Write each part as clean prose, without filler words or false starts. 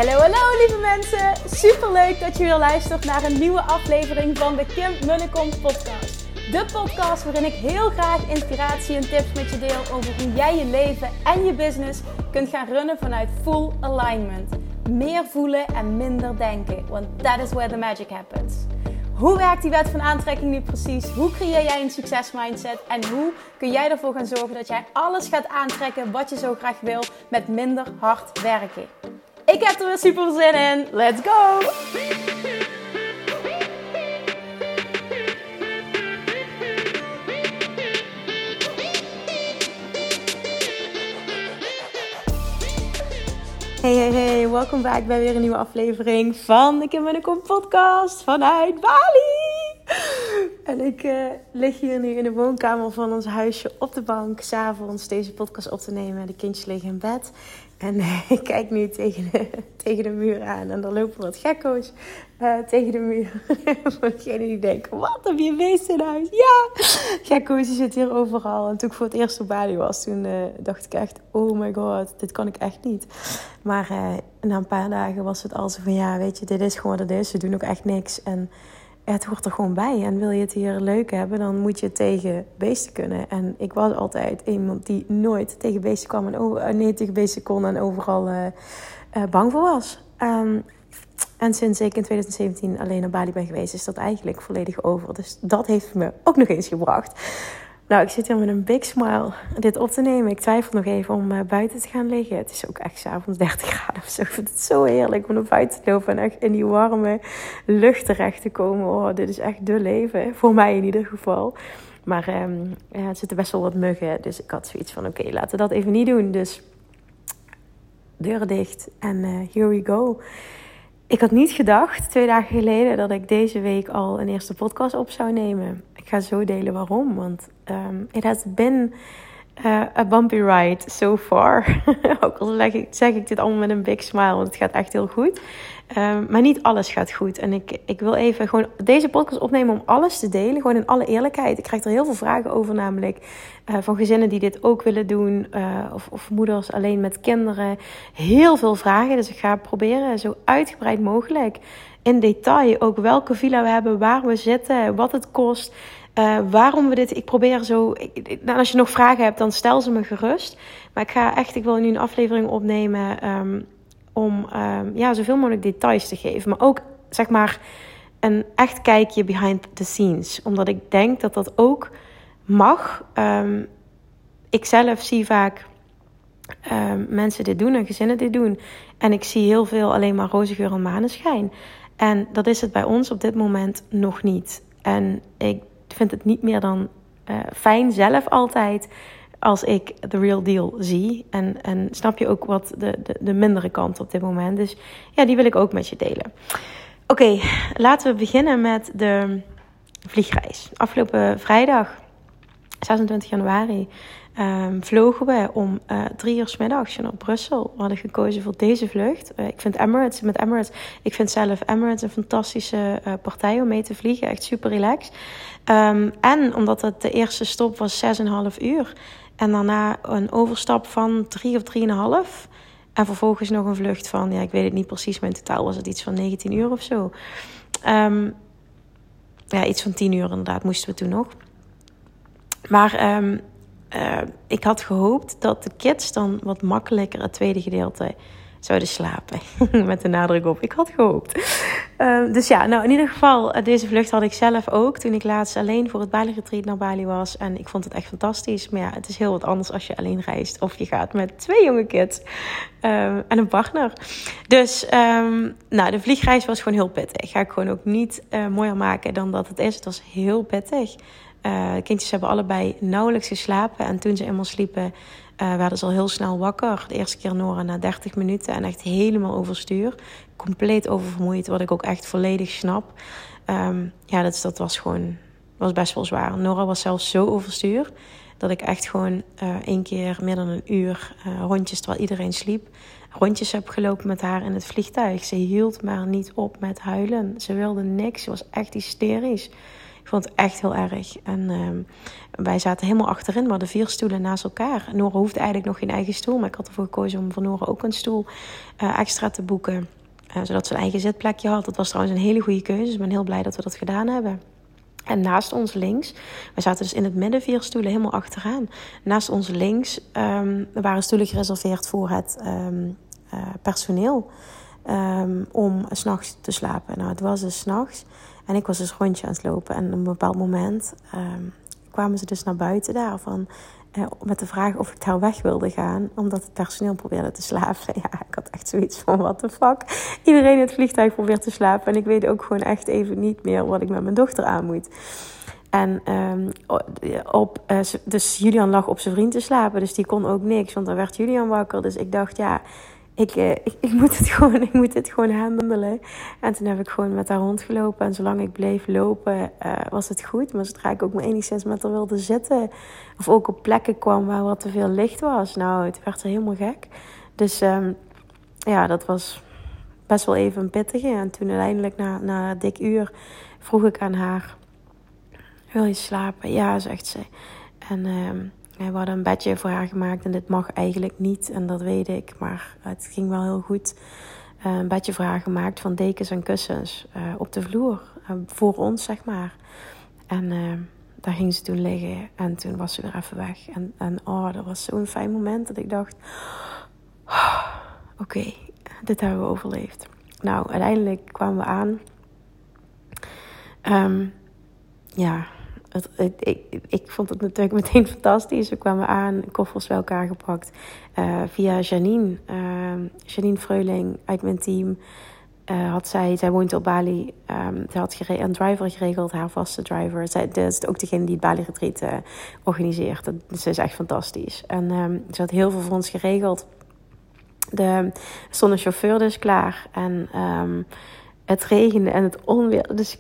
Hallo lieve mensen, superleuk dat je weer luistert naar een nieuwe aflevering van de Kim Munnekom podcast. De podcast waarin ik heel graag inspiratie en tips met je deel over hoe jij je leven en je business kunt gaan runnen vanuit full alignment. Meer voelen en minder denken, want that is where the magic happens. Hoe werkt die wet van aantrekking nu precies? Hoe creëer jij een succesmindset? En hoe kun jij ervoor gaan zorgen dat jij alles gaat aantrekken wat je zo graag wil met minder hard werken? Ik heb er weer super zin in. Let's go! Hey, welkom back bij weer een nieuwe aflevering van de Kim Munnekom podcast vanuit Bali. En ik lig hier nu in de woonkamer van ons huisje op de bank 's avonds deze podcast op te nemen. De kindjes liggen in bed en ik kijk nu tegen de muur aan en er lopen wat gekko's tegen de muur. Voor degenen die denken, wat heb je een beest in huis? Ja, gekko's die zitten hier overal. En toen ik voor het eerst op Bali was, toen dacht ik echt, oh my god, dit kan ik echt niet. Maar na een paar dagen was het al zo van, ja, weet je, dit is gewoon wat het is. Ze doen ook echt niks en het hoort er gewoon bij. En wil je het hier leuk hebben, dan moet je tegen beesten kunnen. En ik was altijd iemand die nooit tegen beesten kwam en tegen beesten kon en overal bang voor was. En sinds ik in 2017 alleen naar Bali ben geweest, is dat eigenlijk volledig over. Dus dat heeft me ook nog eens gebracht. Nou, ik zit hier met een big smile dit op te nemen. Ik twijfel nog even om buiten te gaan liggen. Het is ook echt 's avonds 30 graden of zo. Ik vind het zo heerlijk om naar buiten te lopen en echt in die warme lucht terecht te komen. Oh, dit is echt de leven. Voor mij in ieder geval. Maar er zitten best wel wat muggen. Dus ik had zoiets van, oké, laten we dat even niet doen. Dus deuren dicht en here we go. Ik had niet gedacht 2 dagen geleden dat ik deze week al een eerste podcast op zou nemen. Ik ga zo delen waarom, want it has been a bumpy ride so far. Ook al zeg ik dit allemaal met een big smile, want het gaat echt heel goed. Maar niet alles gaat goed. En ik wil even gewoon deze podcast opnemen om alles te delen. Gewoon in alle eerlijkheid. Ik krijg er heel veel vragen over namelijk. Van gezinnen die dit ook willen doen. Of moeders alleen met kinderen. Heel veel vragen. Dus ik ga proberen zo uitgebreid mogelijk. In detail ook welke villa we hebben. Waar we zitten. Wat het kost. Waarom we dit... Ik probeer zo... als je nog vragen hebt, dan stel ze me gerust. Maar ik wil nu een aflevering opnemen... om zoveel mogelijk details te geven. Maar ook, zeg maar, een echt kijkje behind the scenes. Omdat ik denk dat dat ook mag. Ik zelf zie vaak mensen dit doen en gezinnen dit doen. En ik zie heel veel alleen maar roze geur en maneschijn. En dat is het bij ons op dit moment nog niet. En ik vind het niet meer dan fijn zelf altijd... als ik de real deal zie. En snap je ook wat de mindere kant op dit moment. Dus ja, die wil ik ook met je delen. Oké, laten we beginnen met de vliegreis. Afgelopen vrijdag, 26 januari... vlogen we om 3 uur 's middags naar Brussel. We hadden gekozen voor deze vlucht. Ik vind zelf Emirates een fantastische partij om mee te vliegen. Echt super relaxed. En omdat het de eerste stop was 6,5 uur... En daarna een overstap van 3 of 3,5. En vervolgens nog een vlucht van... ik weet het niet precies, maar in totaal was het iets van 19 uur of zo. Iets van 10 uur inderdaad moesten we toen nog. Maar ik had gehoopt dat de kids dan wat makkelijker het tweede gedeelte zouden slapen. Met de nadruk op, ik had gehoopt. Dus ja, nou in ieder geval, deze vlucht had ik zelf ook. Toen ik laatst alleen voor het Bali Retreat naar Bali was. En ik vond het echt fantastisch. Maar ja, het is heel wat anders als je alleen reist. Of je gaat met 2 jonge kids. En een partner. Dus, de vliegreis was gewoon heel pittig. Ga ik gewoon ook niet mooier maken dan dat het is. Het was heel pittig. De kindjes hebben allebei nauwelijks geslapen. En toen ze eenmaal sliepen, werden ze al heel snel wakker. De eerste keer Nora na 30 minuten. En echt helemaal overstuur. Compleet oververmoeid, wat ik ook echt volledig snap. Dat was best wel zwaar. Nora was zelfs zo overstuur dat ik echt gewoon 1 keer meer dan 1 uur rondjes, terwijl iedereen sliep, rondjes heb gelopen met haar in het vliegtuig. Ze hield maar niet op met huilen. Ze wilde niks. Ze was echt hysterisch. Ik vond het echt heel erg. En wij zaten helemaal achterin, maar de 4 stoelen naast elkaar. Nora hoefde eigenlijk nog geen eigen stoel, maar ik had ervoor gekozen om voor Nora ook een stoel extra te boeken. Zodat ze een eigen zitplekje had. Dat was trouwens een hele goede keuze, dus ik ben heel blij dat we dat gedaan hebben. En naast ons links, we zaten dus in het midden 4 stoelen helemaal achteraan. Naast ons links waren stoelen gereserveerd voor het personeel om 's nachts te slapen. Nou, het was dus 's nachts en ik was dus rondje aan het lopen. En op een bepaald moment kwamen ze dus naar buiten daarvan met de vraag of ik daar weg wilde gaan, omdat het personeel probeerde te slapen. Ja, ik had echt zoiets van, what the fuck. Iedereen in het vliegtuig probeert te slapen en ik weet ook gewoon echt even niet meer wat ik met mijn dochter aan moet. En dus Julian lag op zijn vriend te slapen, dus die kon ook niks, want dan werd Julian wakker. Dus ik dacht, ja, ik moet dit gewoon handelen. En toen heb ik gewoon met haar rondgelopen. En zolang ik bleef lopen, was het goed. Maar zodra ik ook maar enigszins met haar wilde zitten, of ook op plekken kwam waar wat te veel licht was, nou, het werd er helemaal gek. Dus ja, dat was best wel even een pittige. En toen uiteindelijk na een dik uur vroeg ik aan haar, wil je slapen? Ja, zegt ze. En we hadden een bedje voor haar gemaakt en dit mag eigenlijk niet. En dat weet ik, maar het ging wel heel goed. Een bedje voor haar gemaakt van dekens en kussens op de vloer. Voor ons, zeg maar. En daar ging ze toen liggen. En toen was ze weer even weg. En dat was zo'n fijn moment dat ik dacht, oké, dit hebben we overleefd. Nou, uiteindelijk kwamen we aan. Ik vond het natuurlijk meteen fantastisch. We kwamen aan, koffers bij elkaar gepakt. Via Janine Freuling uit mijn team. Zij woont op Bali. Zij had een driver geregeld, haar vaste driver. Dat is ook degene die het Bali Retreat organiseert. Ze is echt fantastisch. En ze had heel veel voor ons geregeld. Er stond een chauffeur dus klaar. En het regende en het onweer. Dus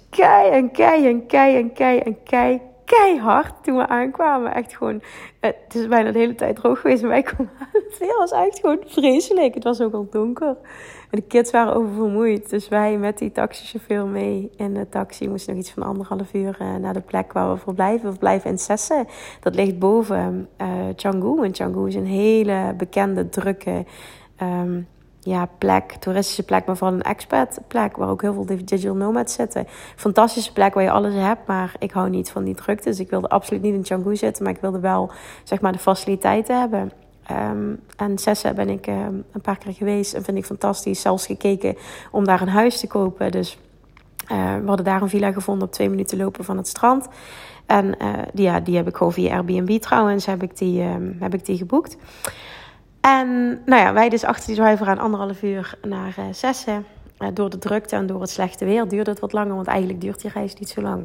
keihard toen we aankwamen. Echt gewoon, het is bijna de hele tijd droog geweest. Maar wij kwamen aan. Het weer was echt gewoon vreselijk. Het was ook al donker. En de kids waren oververmoeid. Dus wij met die taxichauffeur mee in de taxi. Moesten nog iets van 1,5 uur naar de plek waar we verblijven. We verblijven in Sesse. Dat ligt boven Canggu. En Canggu is een hele bekende, drukke plek, toeristische plek, maar vooral een expat plek waar ook heel veel digital nomads zitten. Fantastische plek waar je alles hebt, maar ik hou niet van die drukte. Dus ik wilde absoluut niet in Canggu zitten, maar ik wilde wel, zeg maar, de faciliteiten hebben. En Sesse ben ik een paar keer geweest en vind ik fantastisch. Zelfs gekeken om daar een huis te kopen. Dus we hadden daar een villa gevonden op 2 minuten lopen van het strand. En die heb ik gewoon via Airbnb trouwens, heb ik die geboekt. En nou ja, wij dus achter die driver aan 1,5 uur naar Sesse. Door de drukte en door het slechte weer duurde het wat langer, want eigenlijk duurt die reis niet zo lang.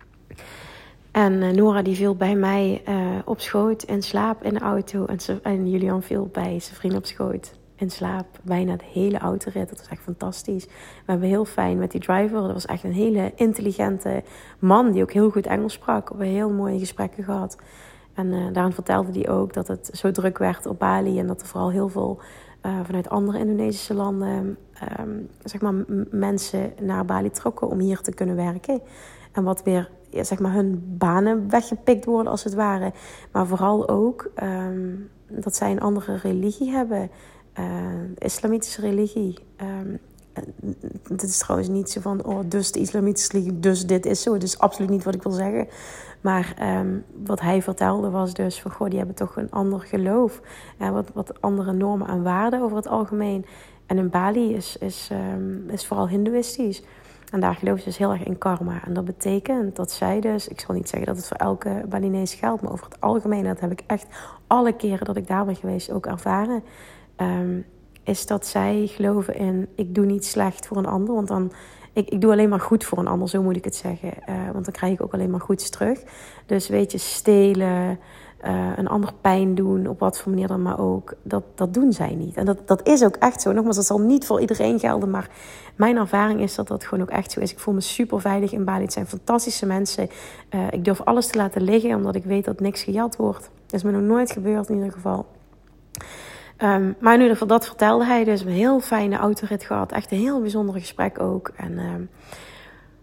En Nora die viel bij mij op schoot in slaap in de auto. En Julian viel bij zijn vriend op schoot in slaap. Bijna de hele autorit. Dat was echt fantastisch. We hebben heel fijn met die driver. Dat was echt een hele intelligente man die ook heel goed Engels sprak. We hebben heel mooie gesprekken gehad. En daarin vertelde hij ook dat het zo druk werd op Bali. En dat er vooral heel veel vanuit andere Indonesische landen mensen naar Bali trokken om hier te kunnen werken. En wat weer hun banen weggepikt worden als het ware. Maar vooral ook dat zij een andere religie hebben. Islamitische religie. Het is trouwens niet zo van, dus de islamitische religie, dus dit is zo. Dat is absoluut niet wat ik wil zeggen. Maar wat hij vertelde was dus van, die hebben toch een ander geloof. Wat andere normen en waarden over het algemeen. En in Bali is vooral hindoeïstisch. En daar geloven ze dus heel erg in karma. En dat betekent dat zij dus, ik zal niet zeggen dat het voor elke Balinees geldt, maar over het algemeen, dat heb ik echt alle keren dat ik daar ben geweest ook ervaren, is dat zij geloven in, ik doe niet slecht voor een ander, want dan, ik doe alleen maar goed voor een ander, zo moet ik het zeggen. Want dan krijg ik ook alleen maar goeds terug. Dus weet je, stelen, een ander pijn doen, op wat voor manier dan maar ook, dat doen zij niet. En dat is ook echt zo. Nogmaals, dat zal niet voor iedereen gelden, maar mijn ervaring is dat dat gewoon ook echt zo is. Ik voel me super veilig in Bali. Het zijn fantastische mensen. Ik durf alles te laten liggen, omdat ik weet dat niks gejat wordt. Dat is me nog nooit gebeurd in ieder geval. Maar in ieder geval, dat vertelde hij dus. Een heel fijne autorit gehad. Echt een heel bijzonder gesprek ook. En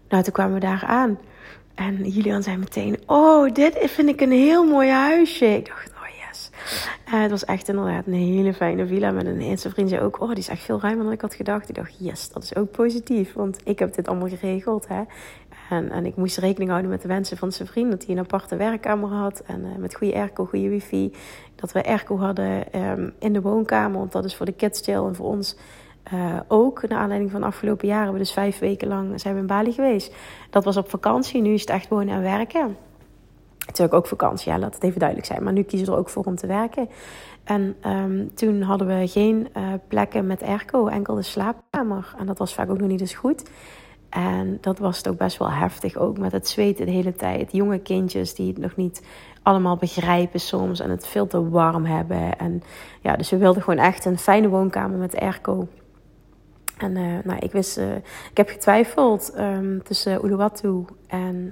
Nou, toen kwamen we daar aan. En Julian zei meteen, oh, dit vind ik een heel mooi huisje. Ik dacht, oh yes. Het was echt inderdaad een hele fijne villa. Met een eerste vriend zei ook, oh, die is echt veel ruimer dan ik had gedacht. Ik dacht, yes, dat is ook positief. Want ik heb dit allemaal geregeld, hè. En ik moest rekening houden met de wensen van zijn vriend. Dat hij een aparte werkkamer had. En met goede airco, goede wifi. Dat we airco hadden in de woonkamer. Want dat is voor de kids chill en voor ons ook. Naar aanleiding van de afgelopen jaren. We dus 5 weken lang zijn we in Bali geweest. Dat was op vakantie. Nu is het echt wonen en werken. Natuurlijk ook vakantie, ja, laat het even duidelijk zijn. Maar nu kiezen we er ook voor om te werken. En toen hadden we geen plekken met airco. Enkel de slaapkamer. En dat was vaak ook nog niet eens goed. En dat was het ook best wel heftig. Ook met het zweten de hele tijd. Jonge kindjes die het nog niet allemaal begrijpen soms. En het veel te warm hebben. En ja, dus we wilden gewoon echt een fijne woonkamer met airco. En ik heb getwijfeld tussen Uluwatu en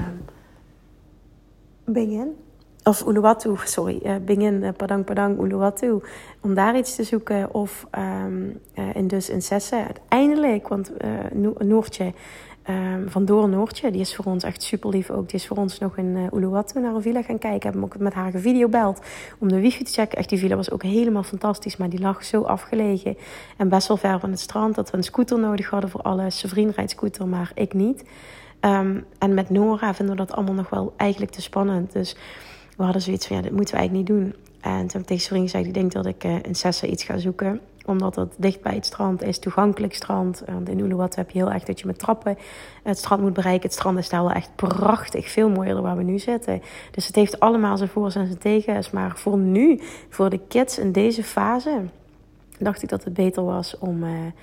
Bingin. Of Uluwatu, sorry. Bingin, Padang, Uluwatu. Om daar iets te zoeken. Of in Sesse. Uiteindelijk, want Noortje, van Door Noortje, die is voor ons echt super lief ook. Die is voor ons nog in Uluwatu naar een villa gaan kijken. Ik heb hem ook met haar gevideobeld om de wifi te checken. Echt, die villa was ook helemaal fantastisch. Maar die lag zo afgelegen. En best wel ver van het strand. Dat we een scooter nodig hadden voor alles. Zijn vriend rijdt scooter, maar ik niet. En met Nora vinden we dat allemaal nog wel eigenlijk te spannend. Dus we hadden zoiets van, ja, dit moeten we eigenlijk niet doen. En toen heb ik tegen zijn vriend gezegd, ik denk dat ik in Sessa iets ga zoeken. Omdat het dicht bij het strand is, toegankelijk strand. Want in Uluwatu heb je heel erg dat je met trappen het strand moet bereiken. Het strand is daar wel echt prachtig, veel mooier dan waar we nu zitten. Dus het heeft allemaal zijn voor's en zijn tegens. Maar voor nu, voor de kids in deze fase, dacht ik dat het beter was om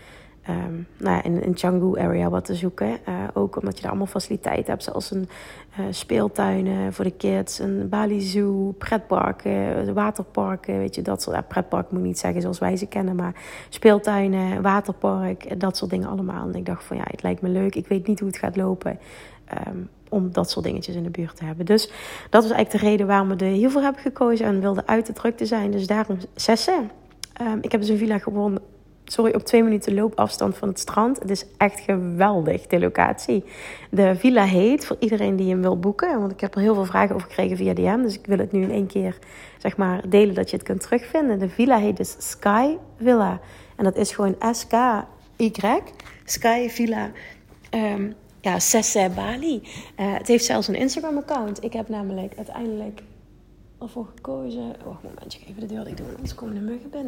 in Canggu area wat te zoeken. Ook omdat je daar allemaal faciliteiten hebt. Zoals een speeltuinen voor de kids. Een Bali Zoo, pretparken, waterparken. Weet je, dat soort pretpark moet ik niet zeggen zoals wij ze kennen. Maar speeltuinen, waterpark, dat soort dingen allemaal. En ik dacht van ja, het lijkt me leuk. Ik weet niet hoe het gaat lopen. Om dat soort dingetjes in de buurt te hebben. Dus dat was eigenlijk de reden waarom we hiervoor hebben gekozen. En wilden uit de drukte zijn. Dus daarom Sesse. Ik heb dus een villa gewonnen. Op 2 minuten loopafstand van het strand. Het is echt geweldig, de locatie. De villa heet, voor iedereen die hem wil boeken. Want ik heb er heel veel vragen over gekregen via DM. Dus ik wil het nu in 1 keer delen dat je het kunt terugvinden. De villa heet dus Sky Villa. En dat is gewoon SKY. Sky Villa. Sesse Bali. Het heeft zelfs een Instagram account. Ik heb namelijk uiteindelijk ervoor gekozen. Wacht een momentje, even de deur dicht doen. Anders komen de muggen binnen.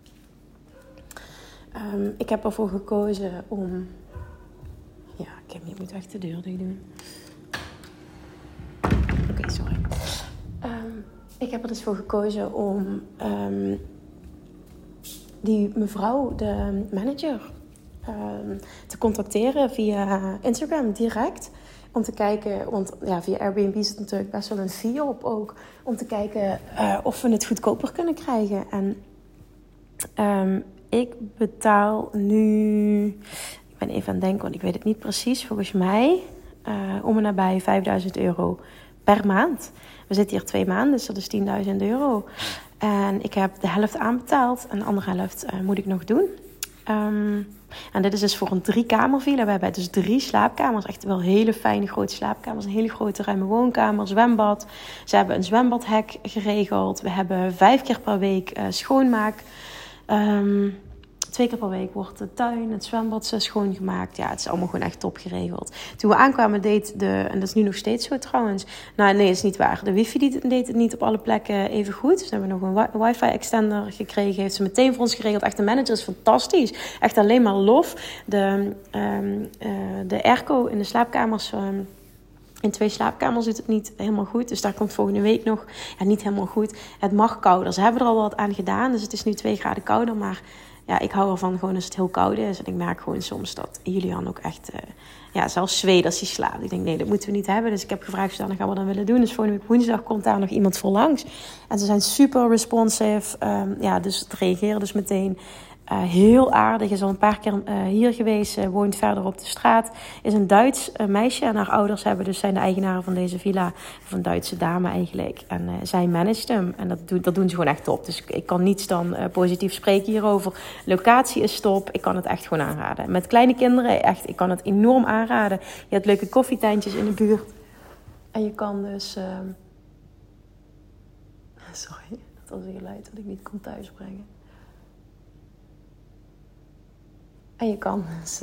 Ik heb ervoor gekozen om... Ja, je moet echt de deur dicht doen. Oké, sorry. Ik heb er dus voor gekozen om die mevrouw, de manager, te contacteren via Instagram direct. Om te kijken, want ja, via Airbnb zit natuurlijk best wel een fee op ook. Om te kijken of we het goedkoper kunnen krijgen. En... ik betaal nu, ik ben even aan het denken, want ik weet het niet precies. Volgens mij om en nabij €5.000 per maand. We zitten hier 2 maanden, dus dat is €10.000. En ik heb de helft aanbetaald en de andere helft moet ik nog doen. En dit is dus voor een 3-kamer villa. We hebben dus 3 slaapkamers. Echt wel hele fijne grote slaapkamers. Een hele grote ruime woonkamer, zwembad. Ze hebben een zwembadhek geregeld. We hebben 5 keer per week schoonmaak. 2 keer per week wordt de tuin, het zwembad schoongemaakt. Ja, het is allemaal gewoon echt top geregeld. Toen we aankwamen en dat is nu nog steeds zo trouwens. Nou, nee, dat is niet waar. De wifi deed het niet op alle plekken even goed. Dus hebben we nog een wifi-extender gekregen. Heeft ze meteen voor ons geregeld. Echt, de manager is fantastisch. Echt alleen maar lof. De airco in de slaapkamers... in 2 slaapkamers doet het niet helemaal goed. Dus daar komt volgende week nog... Ja, niet helemaal goed. Het mag kouder. Ze hebben er al wat aan gedaan. Dus het is nu 2 graden kouder. Maar ja, ik hou ervan gewoon als het heel koud is. En ik merk gewoon soms dat Julian ook echt... zelfs zweet als hij slaapt. Ik denk, nee, dat moeten we niet hebben. Dus ik heb gevraagd, dan gaan we dan willen doen. Dus volgende week woensdag komt daar nog iemand voor langs. En ze zijn super responsive. Dus het reageren dus meteen... Heel aardig, is al een paar keer hier geweest, woont verder op de straat. Is een Duits meisje en haar ouders zijn de eigenaren van deze villa. Of een Duitse dame eigenlijk. En zij managt hem en dat doen ze gewoon echt top. Dus ik kan niets dan positief spreken hierover. Locatie is top, ik kan het echt gewoon aanraden. Met kleine kinderen, echt, ik kan het enorm aanraden. Je hebt leuke koffietentjes in de buurt. En je kan dus... Sorry, dat was een geluid dat ik niet kon thuisbrengen. En je kan dus...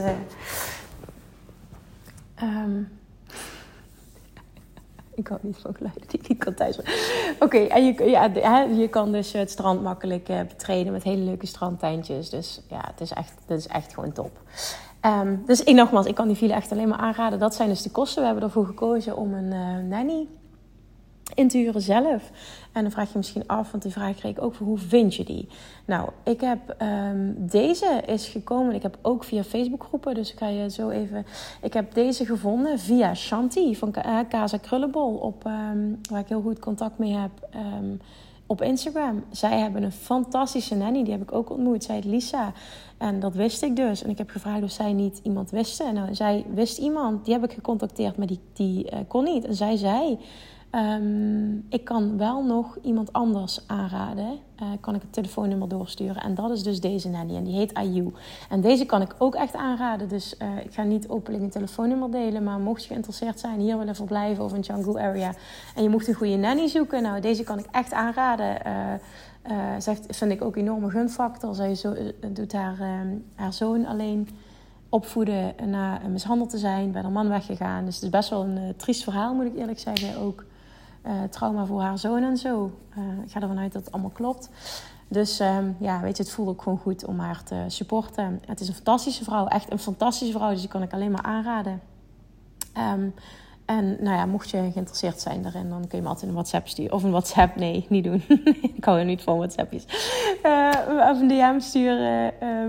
ik hou niet van geluiden die ik niet kan thuisbrengen. Oké, en je kan dus het strand makkelijk betreden met hele leuke strandtuintjes. Dus ja, het is echt gewoon top. Dus ik kan die villa echt alleen maar aanraden. Dat zijn dus de kosten. We hebben ervoor gekozen om een nanny in te huren zelf. En dan vraag je misschien af, want die vraag kreeg ik ook voor hoe vind je die? Nou, ik heb deze is gekomen. Ik heb ook via Facebook groepen, dus ik ga je zo even... Ik heb deze gevonden via Shanti van Casa Krullenbol, waar ik heel goed contact mee heb op Instagram. Zij hebben een fantastische nanny, die heb ik ook ontmoet. Zij heet Lisa. En dat wist ik dus. En ik heb gevraagd of zij niet iemand wisten. Nou, zij wist iemand, die heb ik gecontacteerd, maar die kon niet. En zij zei... ik kan wel nog iemand anders aanraden. Kan ik het telefoonnummer doorsturen. En dat is dus deze nanny. En die heet Ayu. En deze kan ik ook echt aanraden. Dus ik ga niet openlijk een telefoonnummer delen. Maar mocht je geïnteresseerd zijn, hier willen verblijven of in Canggu area. En je mocht een goede nanny zoeken. Nou, deze kan ik echt aanraden. Vind ik ook een enorme gunfactor. Zij doet haar zoon alleen opvoeden na mishandeld te zijn. Bij haar man weggegaan. Dus het is best wel een triest verhaal, moet ik eerlijk zeggen. Ook trauma voor haar zoon en zo. Ik ga ervan uit dat het allemaal klopt. Dus weet je, het voelt ook gewoon goed om haar te supporten. Het is een fantastische vrouw, echt een fantastische vrouw. Dus die kan ik alleen maar aanraden. En nou ja, mocht je geïnteresseerd zijn daarin, dan kun je me altijd een WhatsApp sturen. Of een WhatsApp, nee, niet doen. Ik hou er niet van WhatsAppjes. Of een DM sturen.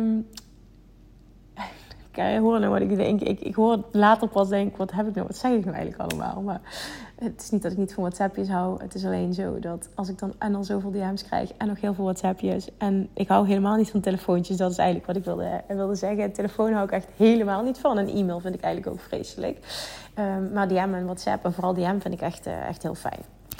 Ik hoor nou wat ik denk. Ik hoor later pas denk, wat zeg ik nou eigenlijk allemaal? Maar het is niet dat ik niet van WhatsAppjes hou. Het is alleen zo dat als ik dan zoveel DM's krijg en nog heel veel WhatsAppjes. En ik hou helemaal niet van telefoontjes. Dat is eigenlijk wat ik wilde zeggen. Telefoon hou ik echt helemaal niet van. En e-mail vind ik eigenlijk ook vreselijk. Maar DM en WhatsApp en vooral DM vind ik echt heel fijn.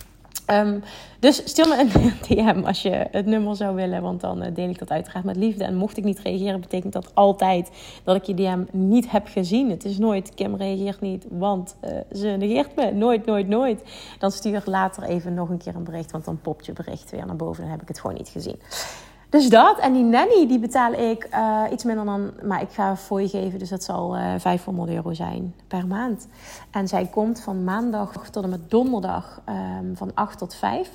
Dus stuur me een DM als je het nummer zou willen. Want dan deel ik dat uiteraard met liefde. En mocht ik niet reageren, betekent dat altijd dat ik je DM niet heb gezien. Het is nooit, Kim reageert niet, want ze negeert me. Nooit. Dan stuur later even nog een keer een bericht. Want dan popt je bericht weer naar boven. Dan heb ik het gewoon niet gezien. Dus dat. En die nanny, die betaal ik iets minder dan... Maar ik ga voor je geven, dus dat zal €500 zijn per maand. En zij komt van maandag tot en met donderdag van 8 tot 5.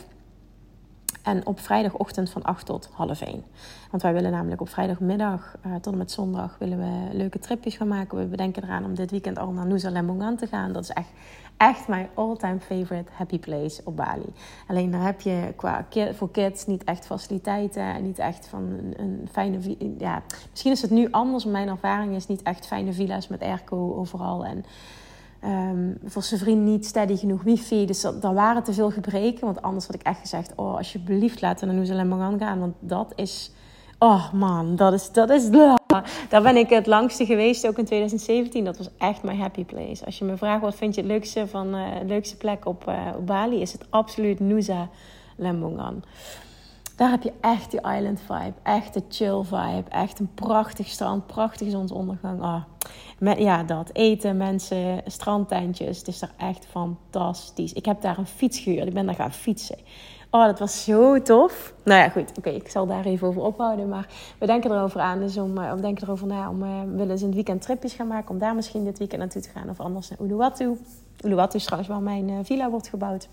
En op vrijdagochtend van 8 tot 12:30. Want wij willen namelijk op vrijdagmiddag tot en met zondag willen we leuke tripjes gaan maken. We bedenken eraan om dit weekend al naar Nusa Lembongan te gaan. Dat is echt mijn all-time favorite happy place op Bali. Alleen daar heb je voor kids niet echt faciliteiten. En niet echt van een fijne... Ja, misschien is het nu anders. Maar mijn ervaring is niet echt fijne villa's met airco overal. En voor zijn vriend niet steady genoeg wifi. Dus daar waren te veel gebreken. Want anders had ik echt gezegd... Oh, alsjeblieft, laten we naar Nusa Lembongan gaan. Want dat is... Oh man, dat is... Daar ben ik het langste geweest, ook in 2017. Dat was echt mijn happy place. Als je me vraagt, wat vind je het leukste plek op Bali... is het absoluut Nusa Lembongan. Daar heb je echt die island vibe. Echt de chill vibe. Echt een prachtig strand. Prachtige zonsondergang. Dat. Eten, mensen, strandtentjes. Het is daar echt fantastisch. Ik heb daar een fiets gehuurd. Ik ben daar gaan fietsen. Oh, dat was zo tof. Nou ja, goed. Oké, ik zal daar even over ophouden. Maar we denken erover aan. Dus we willen eens een weekend tripjes gaan maken. Om daar misschien dit weekend naartoe te gaan. Of anders naar Uluwatu. Uluwatu is trouwens waar mijn villa wordt gebouwd.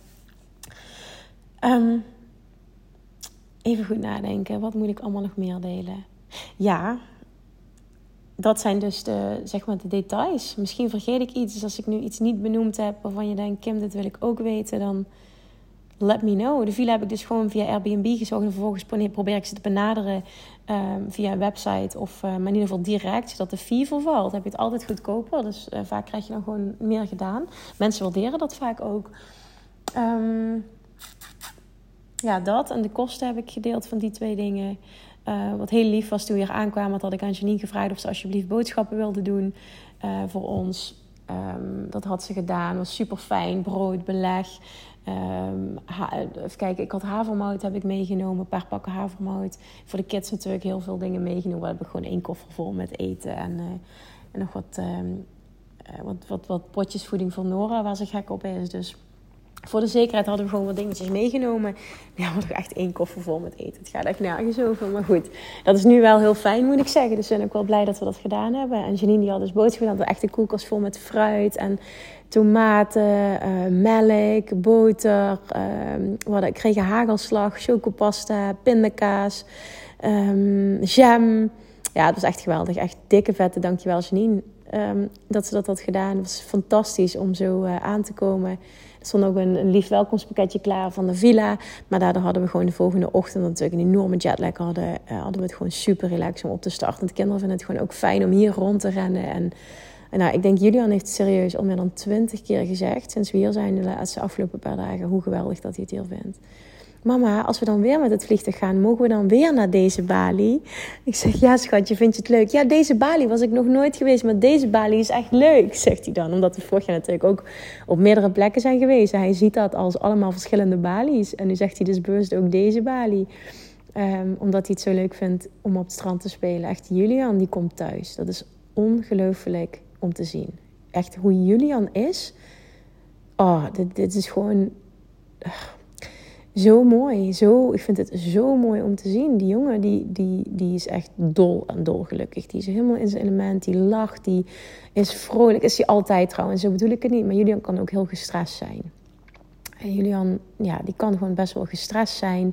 Even goed nadenken. Wat moet ik allemaal nog meer delen? Ja, dat zijn dus de details. Misschien vergeet ik iets. Dus als ik nu iets niet benoemd heb waarvan je denkt... Kim, dit wil ik ook weten, dan let me know. De villa heb ik dus gewoon via Airbnb gezocht. En vervolgens probeer ik ze te benaderen via een website. Of maar in ieder geval direct, zodat de fee vervalt. Dan heb je het altijd goedkoper. Dus vaak krijg je dan gewoon meer gedaan. Mensen waarderen dat vaak ook. Ja, dat. En de kosten heb ik gedeeld van die 2 dingen. Wat heel lief was toen we hier aankwamen, had ik aan Janine gevraagd of ze alsjeblieft boodschappen wilde doen voor ons. Dat had ze gedaan. Was super fijn. Brood, beleg. Even kijken, ik had havermout heb ik meegenomen. Een paar pakken havermout. Voor de kids natuurlijk heel veel dingen meegenomen. We hebben gewoon 1 koffer vol met eten. En nog wat potjes voeding voor Nora, waar ze gek op is. Dus voor de zekerheid hadden we gewoon wat dingetjes meegenomen. Ja, we hadden echt 1 koffer vol met eten. Het gaat echt nergens over. Maar goed, dat is nu wel heel fijn, moet ik zeggen. Dus ik ben ook wel blij dat we dat gedaan hebben. En Janine die had dus boodschappen. Had echt een koelkast vol met fruit en tomaten, melk, boter. We kregen hagelslag, chocopasta, pindakaas, jam. Ja, het was echt geweldig. Echt dikke vette, dankjewel Janine. Dat ze dat had gedaan. Het was fantastistisch om zo aan te komen. Er stond ook een lief welkomstpakketje klaar van de villa. Maar daardoor hadden we gewoon de volgende ochtend natuurlijk een enorme jetlag hadden we het gewoon super relaxed om op te starten. Want de kinderen vinden het gewoon ook fijn om hier rond te rennen. En nou, ik denk Julian heeft het serieus al meer dan 20 keer gezegd, sinds we hier zijn de laatste afgelopen paar dagen, hoe geweldig dat hij het hier vindt. Mama, als we dan weer met het vliegtuig gaan, mogen we dan weer naar deze Bali? Ik zeg, ja schatje, vind je het leuk? Ja, deze Bali was ik nog nooit geweest, maar deze Bali is echt leuk, zegt hij dan. Omdat we vorig jaar natuurlijk ook op meerdere plekken zijn geweest. Hij ziet dat als allemaal verschillende Bali's. En nu zegt hij dus bewust ook deze Bali. Omdat hij het zo leuk vindt om op het strand te spelen. Echt, Julian, die komt thuis. Dat is ongelooflijk om te zien. Echt, hoe Julian is. Oh, dit is gewoon... Zo mooi. Ik vind het zo mooi om te zien. Die jongen, die is echt dol en dolgelukkig. Die is helemaal in zijn element. Die lacht, die is vrolijk. Is hij altijd trouwens, zo bedoel ik het niet. Maar Julian kan ook heel gestrest zijn. En Julian, ja, die kan gewoon best wel gestrest zijn.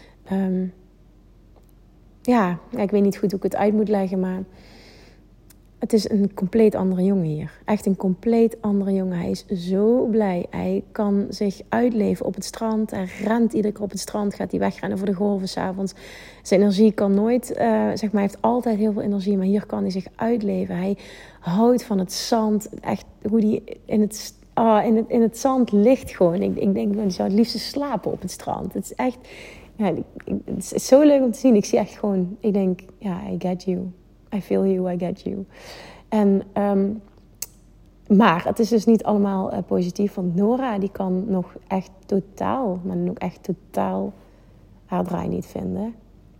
Ik weet niet goed hoe ik het uit moet leggen, maar... Het is een compleet andere jongen hier. Echt een compleet andere jongen. Hij is zo blij. Hij kan zich uitleven op het strand. Hij rent iedere keer op het strand. Gaat hij wegrennen voor de golven 's avonds. Zijn energie kan nooit... hij heeft altijd heel veel energie. Maar hier kan hij zich uitleven. Hij houdt van het zand. Echt hoe hij in het zand ligt gewoon. Ik denk, hij zou het liefst slapen op het strand. Het is echt... Ja, het is zo leuk om te zien. Ik zie echt gewoon... Ik denk, ja, I get you. I feel you, I get you. En, maar het is dus niet allemaal positief. Want Nora, die kan nog echt totaal haar draai niet vinden.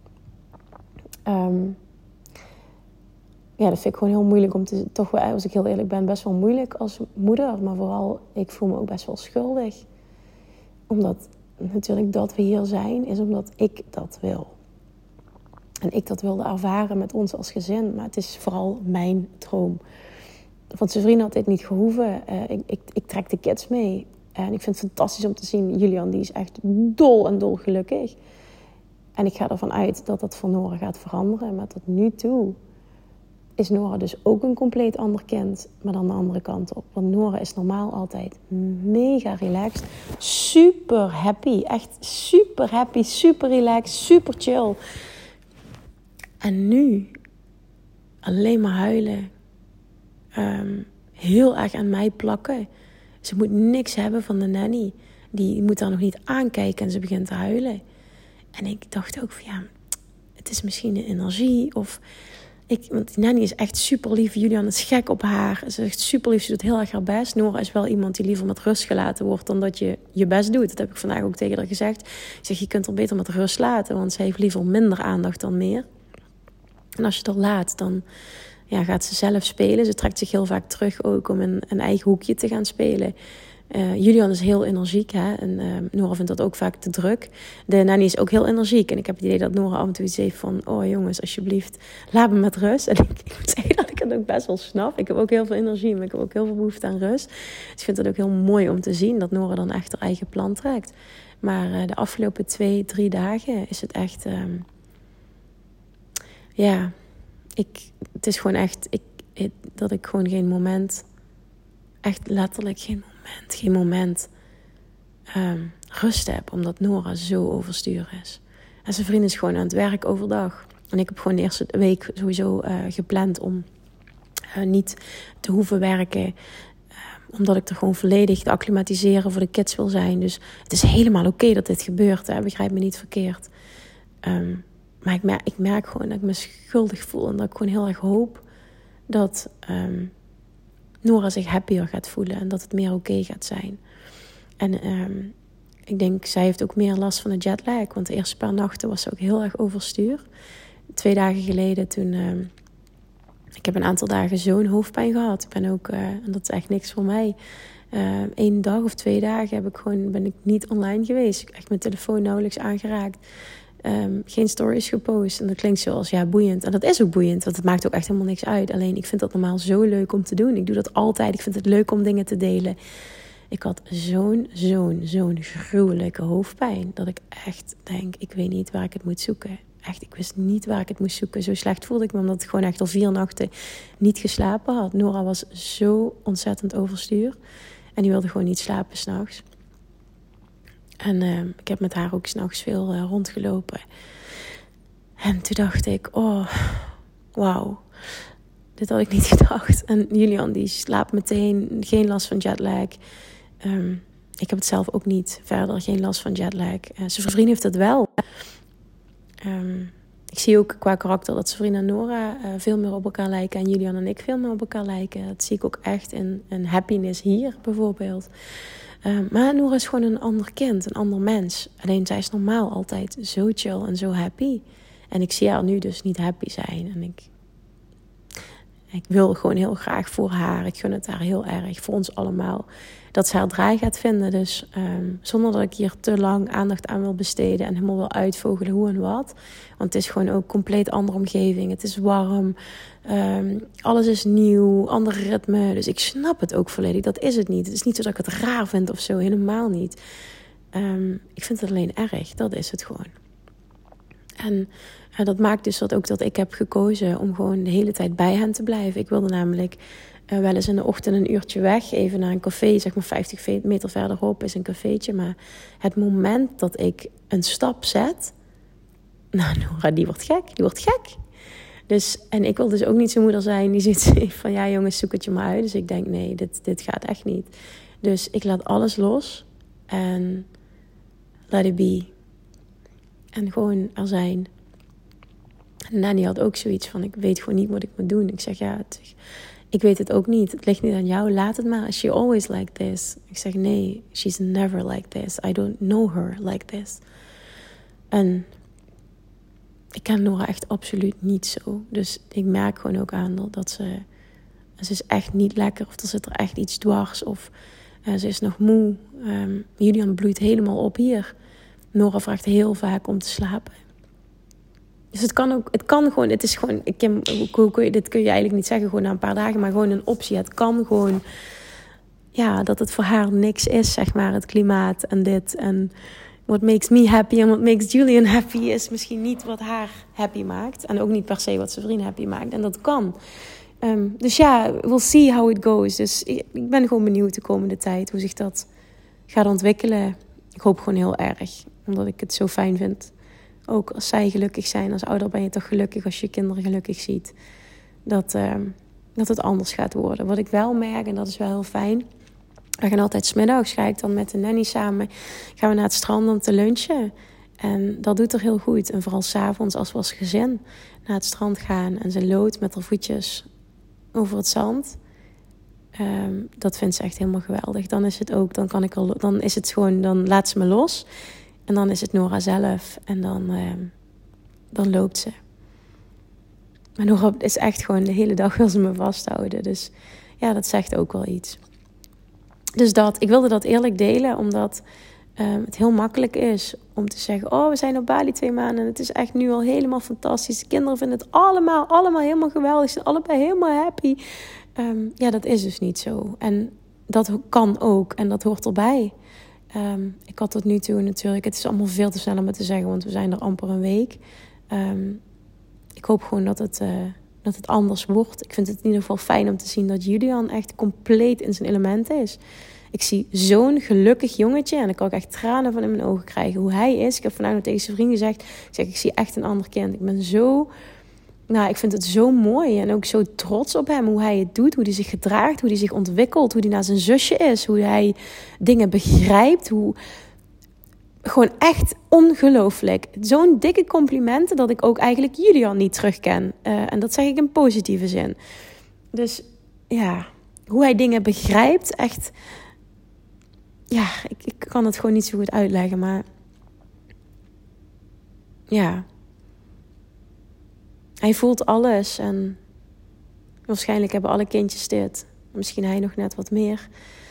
Dat vind ik gewoon heel moeilijk om te... Toch wel, als ik heel eerlijk ben, best wel moeilijk als moeder. Maar vooral, ik voel me ook best wel schuldig. Omdat natuurlijk dat we hier zijn, is omdat ik dat wil. En ik dat wilde ervaren met ons als gezin. Maar het is vooral mijn droom. Want zijn vrienden had dit niet gehoeven. Ik trek de kids mee. En ik vind het fantastisch om te zien. Julian, die is echt dol gelukkig. En ik ga ervan uit dat dat voor Nora gaat veranderen. Maar tot nu toe is Nora dus ook een compleet ander kind. Maar dan de andere kant op. Want Nora is normaal altijd mega relaxed. Super happy. Echt super happy. Super relaxed. Super chill. En nu alleen maar huilen. Heel erg aan mij plakken. Ze moet niks hebben van de nanny. Die moet daar nog niet aankijken en ze begint te huilen. En ik dacht ook van het is misschien de energie. Want die nanny is echt super lief. Julian is gek op haar. Ze is echt super lief. Ze doet heel erg haar best. Nora is wel iemand die liever met rust gelaten wordt dan dat je je best doet. Dat heb ik vandaag ook tegen haar gezegd. Ik zeg, je kunt haar beter met rust laten. Want ze heeft liever minder aandacht dan meer. En als je het er laat, dan gaat ze zelf spelen. Ze trekt zich heel vaak terug ook om in een eigen hoekje te gaan spelen. Julian is heel energiek. Hè? En Nora vindt dat ook vaak te druk. De nanny is ook heel energiek. En ik heb het idee dat Nora af en toe iets heeft van... Oh jongens, alsjeblieft, laat me met rust. En ik moet zeggen dat ik het ook best wel snap. Ik heb ook heel veel energie, maar ik heb ook heel veel behoefte aan rust. Dus ik vind het ook heel mooi om te zien dat Nora dan echt haar eigen plan trekt. Maar de afgelopen 2-3 dagen is het echt... het is gewoon echt... dat ik gewoon geen moment... Echt letterlijk geen moment rust heb. Omdat Nora zo overstuur is. En zijn vriend is gewoon aan het werk overdag. En ik heb gewoon de eerste week sowieso gepland om niet te hoeven werken. Omdat ik er gewoon volledig te acclimatiseren voor de kids wil zijn. Dus het is helemaal oké dat dit gebeurt. Hè? Begrijp me niet verkeerd. Maar ik merk gewoon dat ik me schuldig voel. En dat ik gewoon heel erg hoop dat Nora zich happier gaat voelen. En dat het meer oké gaat zijn. En ik denk, zij heeft ook meer last van de jetlag. Want de eerste paar nachten was ze ook heel erg overstuur. 2 dagen geleden toen... ik heb een aantal dagen zo'n hoofdpijn gehad. Ik ben ook, en dat is echt niks voor mij... 1 dag of 2 dagen ben ik niet online geweest. Ik heb echt mijn telefoon nauwelijks aangeraakt. Geen stories gepost. En dat klinkt zoals, boeiend. En dat is ook boeiend, want het maakt ook echt helemaal niks uit. Alleen, ik vind dat normaal zo leuk om te doen. Ik doe dat altijd. Ik vind het leuk om dingen te delen. Ik had zo'n gruwelijke hoofdpijn. Dat ik echt denk, ik weet niet waar ik het moet zoeken. Echt, ik wist niet waar ik het moest zoeken. Zo slecht voelde ik me, omdat ik gewoon echt al 4 nachten niet geslapen had. Nora was zo ontzettend overstuur. En die wilde gewoon niet slapen 's nachts. En ik heb met haar ook 's nachts veel rondgelopen. En toen dacht ik, wauw. Dit had ik niet gedacht. En Julian, die slaapt meteen. Geen last van jetlag. Ik heb het zelf ook niet. Verder geen last van jetlag. Zijn vriend heeft het wel. Ik zie ook qua karakter dat zijn vriend en Nora veel meer op elkaar lijken. En Julian en ik veel meer op elkaar lijken. Dat zie ik ook echt in happiness hier bijvoorbeeld. Maar Nora is gewoon een ander kind, een ander mens. Alleen zij is normaal altijd zo chill en zo happy. En ik zie haar nu dus niet happy zijn. En ik wil gewoon heel graag voor haar. Ik gun het haar heel erg, voor ons allemaal. Dat ze haar draai gaat vinden. Dus zonder dat ik hier te lang aandacht aan wil besteden. En helemaal wil uitvogelen hoe en wat. Want het is gewoon ook een compleet andere omgeving. Het is warm. Alles is nieuw. Andere ritme. Dus ik snap het ook volledig. Dat is het niet. Het is niet zo dat ik het raar vind of zo. Helemaal niet. Ik vind het alleen erg. Dat is het gewoon. En dat maakt dus dat ik heb gekozen om gewoon de hele tijd bij hen te blijven. Ik wilde namelijk wel eens in de ochtend een uurtje weg. Even naar een café, zeg maar 50 meter verderop is een cafeetje. Maar het moment dat ik een stap zet... Nou, Nora, die wordt gek. Dus, en ik wil dus ook niet zijn moeder zijn die ziet van... Ja, jongens, zoek het je maar uit. Dus ik denk, nee, dit gaat echt niet. Dus ik laat alles los. En let it be. En gewoon er zijn. En Nanny had ook zoiets van... Ik weet gewoon niet wat ik moet doen. Ik zeg, ik weet het ook niet. Het ligt niet aan jou. Laat het maar. Is she always like this? Ik zeg, nee, she's never like this. I don't know her like this. En ik ken Nora echt absoluut niet zo. Dus ik merk gewoon ook aan dat ze is echt niet lekker. Of er zit er echt iets dwars. Of ze is nog moe. Julian bloeit helemaal op hier. Nora vraagt heel vaak om te slapen. Dus dit kun je eigenlijk niet zeggen gewoon na een paar dagen, maar gewoon een optie. Het kan gewoon, dat het voor haar niks is, zeg maar, het klimaat en dit. En what makes me happy en what makes Julian happy is misschien niet wat haar happy maakt. En ook niet per se wat zijn vriend happy maakt. En dat kan. Dus we'll see how it goes. Dus ik ben gewoon benieuwd de komende tijd hoe zich dat gaat ontwikkelen. Ik hoop gewoon heel erg, omdat ik het zo fijn vind. Ook als zij gelukkig zijn, als ouder ben je toch gelukkig als je kinderen gelukkig ziet. Dat het anders gaat worden. Wat ik wel merk, en dat is wel heel fijn. We gaan altijd 's middags, ga ik dan met de nanny samen, gaan we naar het strand om te lunchen. En dat doet er heel goed. En vooral 's avonds als we als gezin naar het strand gaan. En ze loopt met haar voetjes over het zand. Dat vindt ze echt helemaal geweldig. Dan is het ook, dan laat ze me los. En dan is het Nora zelf. En dan loopt ze. Maar Nora is echt gewoon de hele dag wil ze me vasthouden. Dus dat zegt ook wel iets. Dus ik wilde dat eerlijk delen. Omdat het heel makkelijk is om te zeggen... we zijn op Bali 2 maanden. En het is echt nu al helemaal fantastisch. De kinderen vinden het allemaal helemaal geweldig. Ze zijn allebei helemaal happy. Dat is dus niet zo. En dat kan ook. En dat hoort erbij. Ik had tot nu toe natuurlijk... Het is allemaal veel te snel om het te zeggen, want we zijn er amper een week. Ik hoop gewoon dat het anders wordt. Ik vind het in ieder geval fijn om te zien dat Julian echt compleet in zijn element is. Ik zie zo'n gelukkig jongetje en ik kan ook echt tranen van in mijn ogen krijgen hoe hij is. Ik heb vandaag nog tegen zijn vriend gezegd, ik zie echt een ander kind. Ik ben zo... ik vind het zo mooi en ook zo trots op hem. Hoe hij het doet, hoe hij zich gedraagt, hoe hij zich ontwikkelt. Hoe hij naar zijn zusje is, hoe hij dingen begrijpt. gewoon echt ongelooflijk. Zo'n dikke complimenten dat ik ook eigenlijk Julian niet terugken. En dat zeg ik in positieve zin. Dus ja, hoe hij dingen begrijpt, echt... Ja, ik kan het gewoon niet zo goed uitleggen, maar... Ja. Hij voelt alles en... Waarschijnlijk hebben alle kindjes dit. Misschien hij nog net wat meer.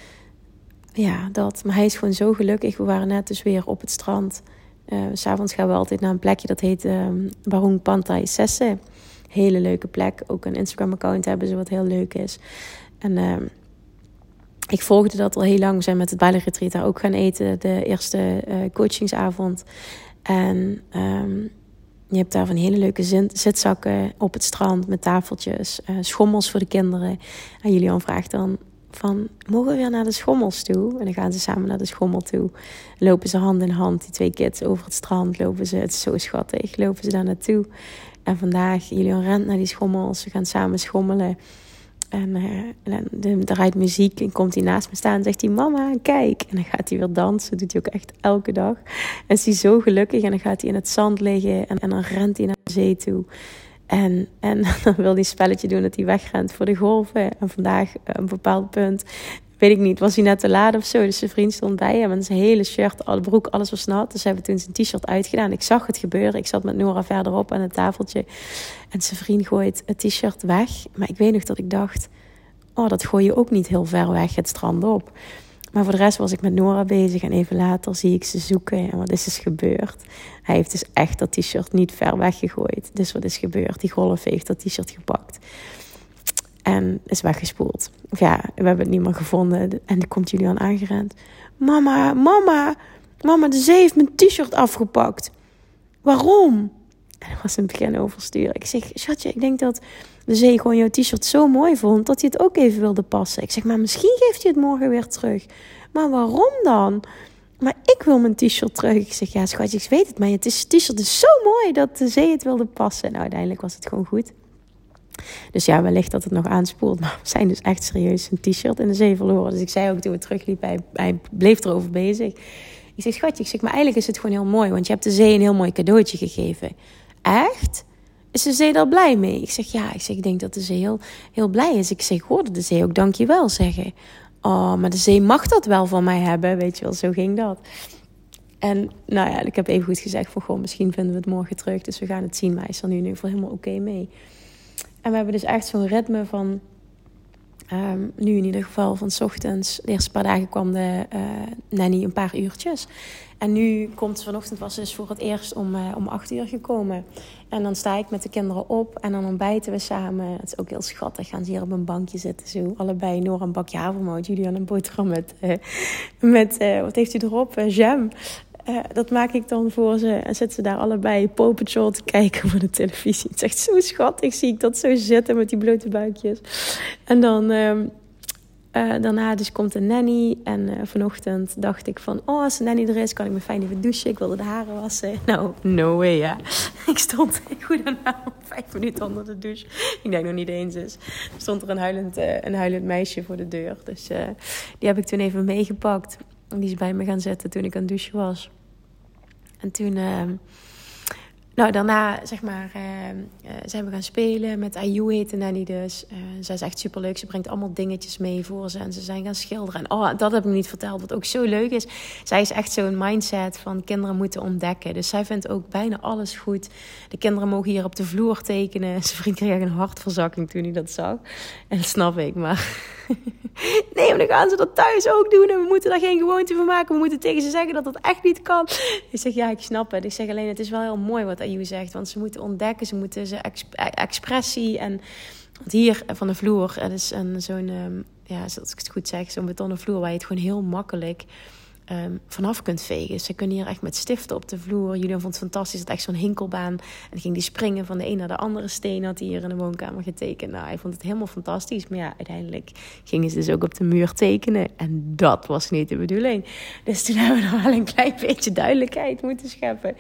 Ja, dat. Maar hij is gewoon zo gelukkig. We waren net dus weer op het strand. 'S Avonds gaan we altijd naar een plekje dat heet Barong Pantai Sesse. Hele leuke plek. Ook een Instagram-account hebben ze wat heel leuk is. En ik volgde dat al heel lang. We zijn met het Bali Retreat daar ook gaan eten. De eerste coachingsavond. En je hebt daar van hele leuke zitzakken op het strand met tafeltjes. Schommels voor de kinderen. En Julian vraagt dan van, mogen we weer naar de schommels toe? En dan gaan ze samen naar de schommel toe. Lopen ze hand in hand, die 2 kids, over het strand. Lopen ze, het is zo schattig, lopen ze daar naartoe. En vandaag, Julian rent naar die schommels. Ze gaan samen schommelen. En er draait muziek en komt hij naast me staan en zegt hij, mama, kijk. En dan gaat hij weer dansen, dat doet hij ook echt elke dag. En is hij zo gelukkig en dan gaat hij in het zand liggen en dan rent hij naar de zee toe. En dan wil hij een spelletje doen dat hij wegrent voor de golven. En vandaag, op een bepaald punt, weet ik niet, was hij net te laat of zo. Dus zijn vriend stond bij hem en zijn hele shirt, alle broek, alles was nat. Dus hebben toen zijn t-shirt uitgedaan. Ik zag het gebeuren. Ik zat met Nora verderop aan het tafeltje. En zijn vriend gooit het t-shirt weg. Maar ik weet nog dat ik dacht, oh, dat gooi je ook niet heel ver weg het strand op. Maar voor de rest was ik met Nora bezig. En even later zie ik ze zoeken. En wat is dus gebeurd? Hij heeft dus echt dat t-shirt niet ver weggegooid. Dus wat is gebeurd? Die golf heeft dat t-shirt gepakt. En is weggespoeld. Of ja, we hebben het niet meer gevonden. En dan komt Julian aangerend. Mama, de zee heeft mijn t-shirt afgepakt. Waarom? En dat was in het begin overstuur. Ik zeg, schatje, ik denk dat de zee gewoon jouw t-shirt zo mooi vond dat hij het ook even wilde passen. Ik zeg, maar misschien geeft hij het morgen weer terug. Maar waarom dan? Maar ik wil mijn t-shirt terug. Ik zeg, ja schatje, ik weet het, maar het t-shirt is zo mooi dat de zee het wilde passen. Nou, uiteindelijk was het gewoon goed. Dus ja, wellicht dat het nog aanspoelt. Maar we zijn dus echt serieus een t-shirt in de zee verloren. Dus ik zei ook toen we terugliepen, hij bleef erover bezig. Ik zeg, schatje, maar eigenlijk is het gewoon heel mooi. Want je hebt de zee een heel mooi cadeautje gegeven. Echt? Is de zee daar blij mee? Ik zeg, ja. Ik denk dat de zee heel, heel blij is. Ik zeg, hoorde de zee ook dankjewel zeggen. Oh, maar de zee mag dat wel van mij hebben. Weet je wel, zo ging dat. En nou ja, ik heb even goed gezegd van, goh, misschien vinden we het morgen terug. Dus we gaan het zien. Maar hij is er nu in ieder geval helemaal oké mee. En we hebben dus echt zo'n ritme van... nu in ieder geval van 's ochtends. De eerste paar dagen kwam de nanny een paar uurtjes. En nu komt vanochtend, was ze dus voor het eerst om 8 uur gekomen. En dan sta ik met de kinderen op en dan ontbijten we samen. Het is ook heel schattig. Gaan ze hier op een bankje zitten zo. Allebei, Nora een bakje havermout, Julian een boterham met wat heeft u erop? Jam. Dat maak ik dan voor ze. En zitten ze daar allebei Paw Patrol te kijken voor de televisie. Het is echt zo schattig. Zie ik dat zo zitten met die blote buikjes. En dan... daarna dus komt de nanny. En vanochtend dacht ik van... oh, als de nanny er is, kan ik me fijn even douchen. Ik wilde de haren wassen. Nou, no way, ja. Ik stond goed en wel 5 minuten onder de douche. Ik denk nog niet eens is. Er stond er een huilend meisje voor de deur. Dus die heb ik toen even meegepakt. En die is bij me gaan zitten toen ik aan het douchen was. En toen... daarna, zeg maar, zijn we gaan spelen. Met Ayu heette nanny dus. Zij is echt superleuk. Ze brengt allemaal dingetjes mee voor ze. En ze zijn gaan schilderen. En dat heb ik niet verteld, wat ook zo leuk is. Zij is echt zo'n mindset van kinderen moeten ontdekken. Dus zij vindt ook bijna alles goed. De kinderen mogen hier op de vloer tekenen. Zijn vriend kreeg een hartverzakking toen hij dat zag. En dat snap ik, maar... nee, maar dan gaan ze dat thuis ook doen. En we moeten daar geen gewoonte van maken. We moeten tegen ze zeggen dat dat echt niet kan. Ik zeg, ja, ik snap het. Ik zeg alleen, het is wel heel mooi wat Ayu zegt. Want ze moeten ontdekken, ze moeten ze expressie. En want hier van de vloer, het is zo'n, als ik het goed zeg, zo'n betonnen vloer waar je het gewoon heel makkelijk vanaf kunt vegen. Ze kunnen hier echt met stiften op de vloer. Julian vond het fantastisch, dat echt zo'n hinkelbaan. En dan ging die springen van de een naar de andere steen. Had hij hier in de woonkamer getekend. Nou, hij vond het helemaal fantastisch. Maar ja, uiteindelijk gingen ze dus ook op de muur tekenen. En dat was niet de bedoeling. Dus toen hebben we nog wel een klein beetje duidelijkheid moeten scheppen.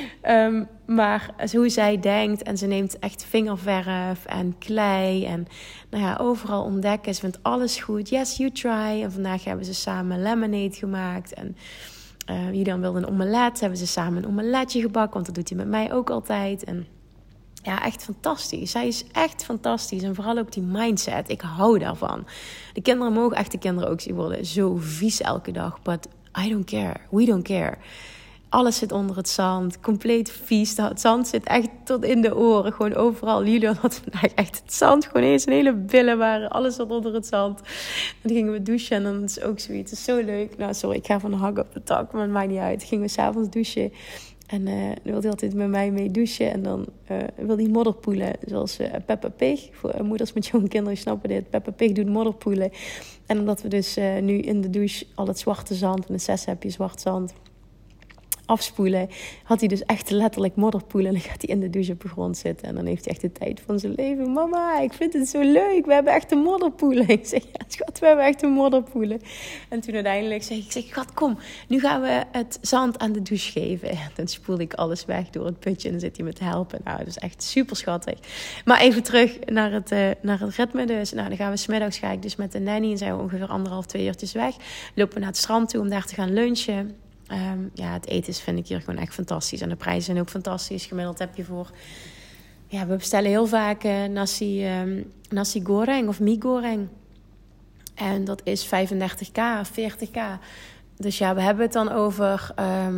Maar hoe zij denkt, en ze neemt echt vingerverf en klei en overal ontdekken. Ze vindt alles goed. Yes, you try. En vandaag hebben ze samen lemonade gemaakt. En Julian wilde een omelet. Hebben ze samen een omeletje gebakken. Want dat doet hij met mij ook altijd. En ja, echt fantastisch. Zij is echt fantastisch. En vooral ook die mindset. Ik hou daarvan. De kinderen mogen echt de kinderen ook zien worden. Zo vies elke dag. But I don't care. We don't care. Alles zit onder het zand. Compleet vies. Het zand zit echt tot in de oren. Gewoon overal. Julian had vandaag echt het zand. Gewoon eens zijn hele billen waren. Alles zat onder het zand. En dan gingen we douchen. En dan is het ook zoiets. Het is zo leuk. Nou, sorry. Ik ga van de hak op de tak. Maar het maakt niet uit. Dan gingen we 's avonds douchen. En dan wilde hij altijd met mij mee douchen. En dan wilde hij modderpoelen. Zoals Peppa Pig. Voor moeders met jonge kinderen snappen dit. Peppa Pig doet modderpoelen. En omdat we dus nu in de douche al het zwarte zand... en de 6 heb je zwart zand... afspoelen, had hij dus echt letterlijk modderpoelen. En dan gaat hij in de douche op de grond zitten. En dan heeft hij echt de tijd van zijn leven. Mama, ik vind het zo leuk. We hebben echt een modderpoelen. Ik zeg, ja schat, we hebben echt een modderpoelen. En toen uiteindelijk zeg ik, schat, kom. Nu gaan we het zand aan de douche geven. En dan spoelde ik alles weg door het putje. En dan zit hij me te helpen. Nou, dat is echt super schattig. Maar even terug naar het ritme dus. Nou, dan gaan we 's middags ga ik dus met de nanny. En zijn we ongeveer 1,5-2 uurtjes weg. Lopen we naar het strand toe om daar te gaan lunchen. Het eten vind ik hier gewoon echt fantastisch. En de prijzen zijn ook fantastisch. Gemiddeld heb je voor... Ja, we bestellen heel vaak nasi goreng of mie goreng. En dat is 35k of 40k. Dus ja, we hebben het dan over...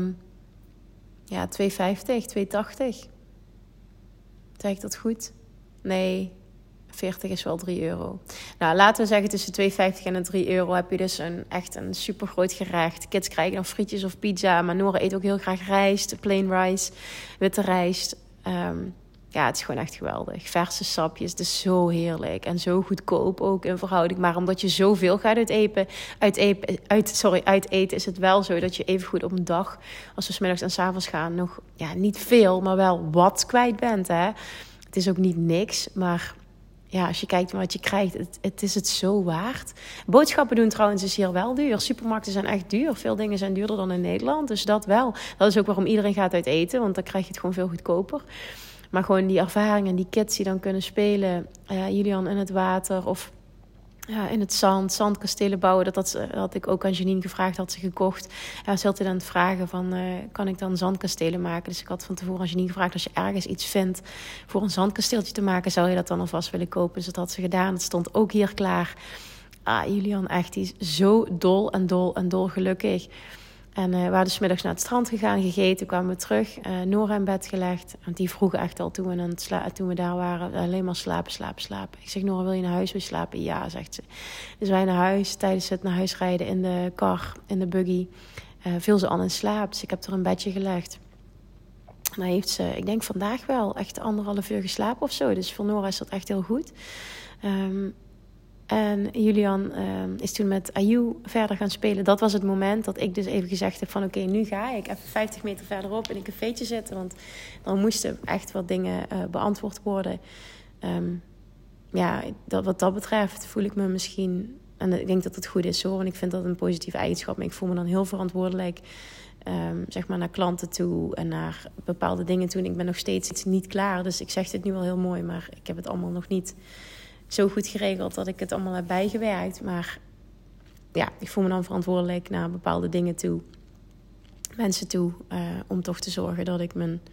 2,50, 2,80. Zeg ik dat goed? Nee... 40 is wel €3. Nou, laten we zeggen tussen €2,50 en €3 heb je dus echt een supergroot gerecht. Kids krijgen dan frietjes of pizza. Maar Nora eet ook heel graag rijst, plain rice, witte rijst. Het is gewoon echt geweldig. Verse sapjes, het is zo heerlijk. En zo goedkoop ook in verhouding. Maar omdat je zoveel gaat uiteten, is het wel zo dat je even goed op een dag, als we 's middags en 's avonds gaan, nog niet veel, maar wel wat kwijt bent. Hè? Het is ook niet niks, maar... Ja, als je kijkt naar wat je krijgt, het is het zo waard. Boodschappen doen trouwens is hier wel duur. Supermarkten zijn echt duur. Veel dingen zijn duurder dan in Nederland. Dus dat wel. Dat is ook waarom iedereen gaat uit eten. Want dan krijg je het gewoon veel goedkoper. Maar gewoon die ervaring en die kids die dan kunnen spelen. Julian in het water of in het zand. Zandkastelen bouwen. Dat had ik ook aan Janine gevraagd. Had ze gekocht. Ze had hij dan het vragen van... kan ik dan zandkastelen maken? Dus ik had van tevoren aan Janine gevraagd... als je ergens iets vindt voor een zandkasteeltje te maken... zou je dat dan alvast willen kopen? Dus dat had ze gedaan. Het stond ook hier klaar. Julian echt, die is zo dol en dol en dol gelukkig. En we waren dus 's middags naar het strand gegaan, gegeten, kwamen we terug. Nora in bed gelegd. Want die vroeg echt al toen we daar waren, alleen maar slapen. Ik zeg, Nora, wil je naar huis? Wil je slapen? Ja, zegt ze. Dus wij naar huis, tijdens het naar huis rijden in de kar, in de buggy, viel ze al in slaap. Dus ik heb er een bedje gelegd. En dan heeft ze, ik denk vandaag wel, echt 1,5 uur geslapen of zo. Dus voor Nora is dat echt heel goed. En Julian is toen met Ayu verder gaan spelen. Dat was het moment dat ik dus even gezegd heb van... oké, nu ga ik even 50 meter verderop in een cafeetje zitten. Want dan moesten echt wat dingen beantwoord worden. Wat dat betreft voel ik me misschien... en ik denk dat het goed is hoor, want ik vind dat een positieve eigenschap. Maar ik voel me dan heel verantwoordelijk... naar klanten toe en naar bepaalde dingen toe. En ik ben nog steeds niet klaar. Dus ik zeg dit nu wel heel mooi, maar ik heb het allemaal nog niet... zo goed geregeld dat ik het allemaal heb bijgewerkt. Maar ja, ik voel me dan verantwoordelijk naar bepaalde dingen toe. Mensen toe. Om toch te zorgen dat ik mijn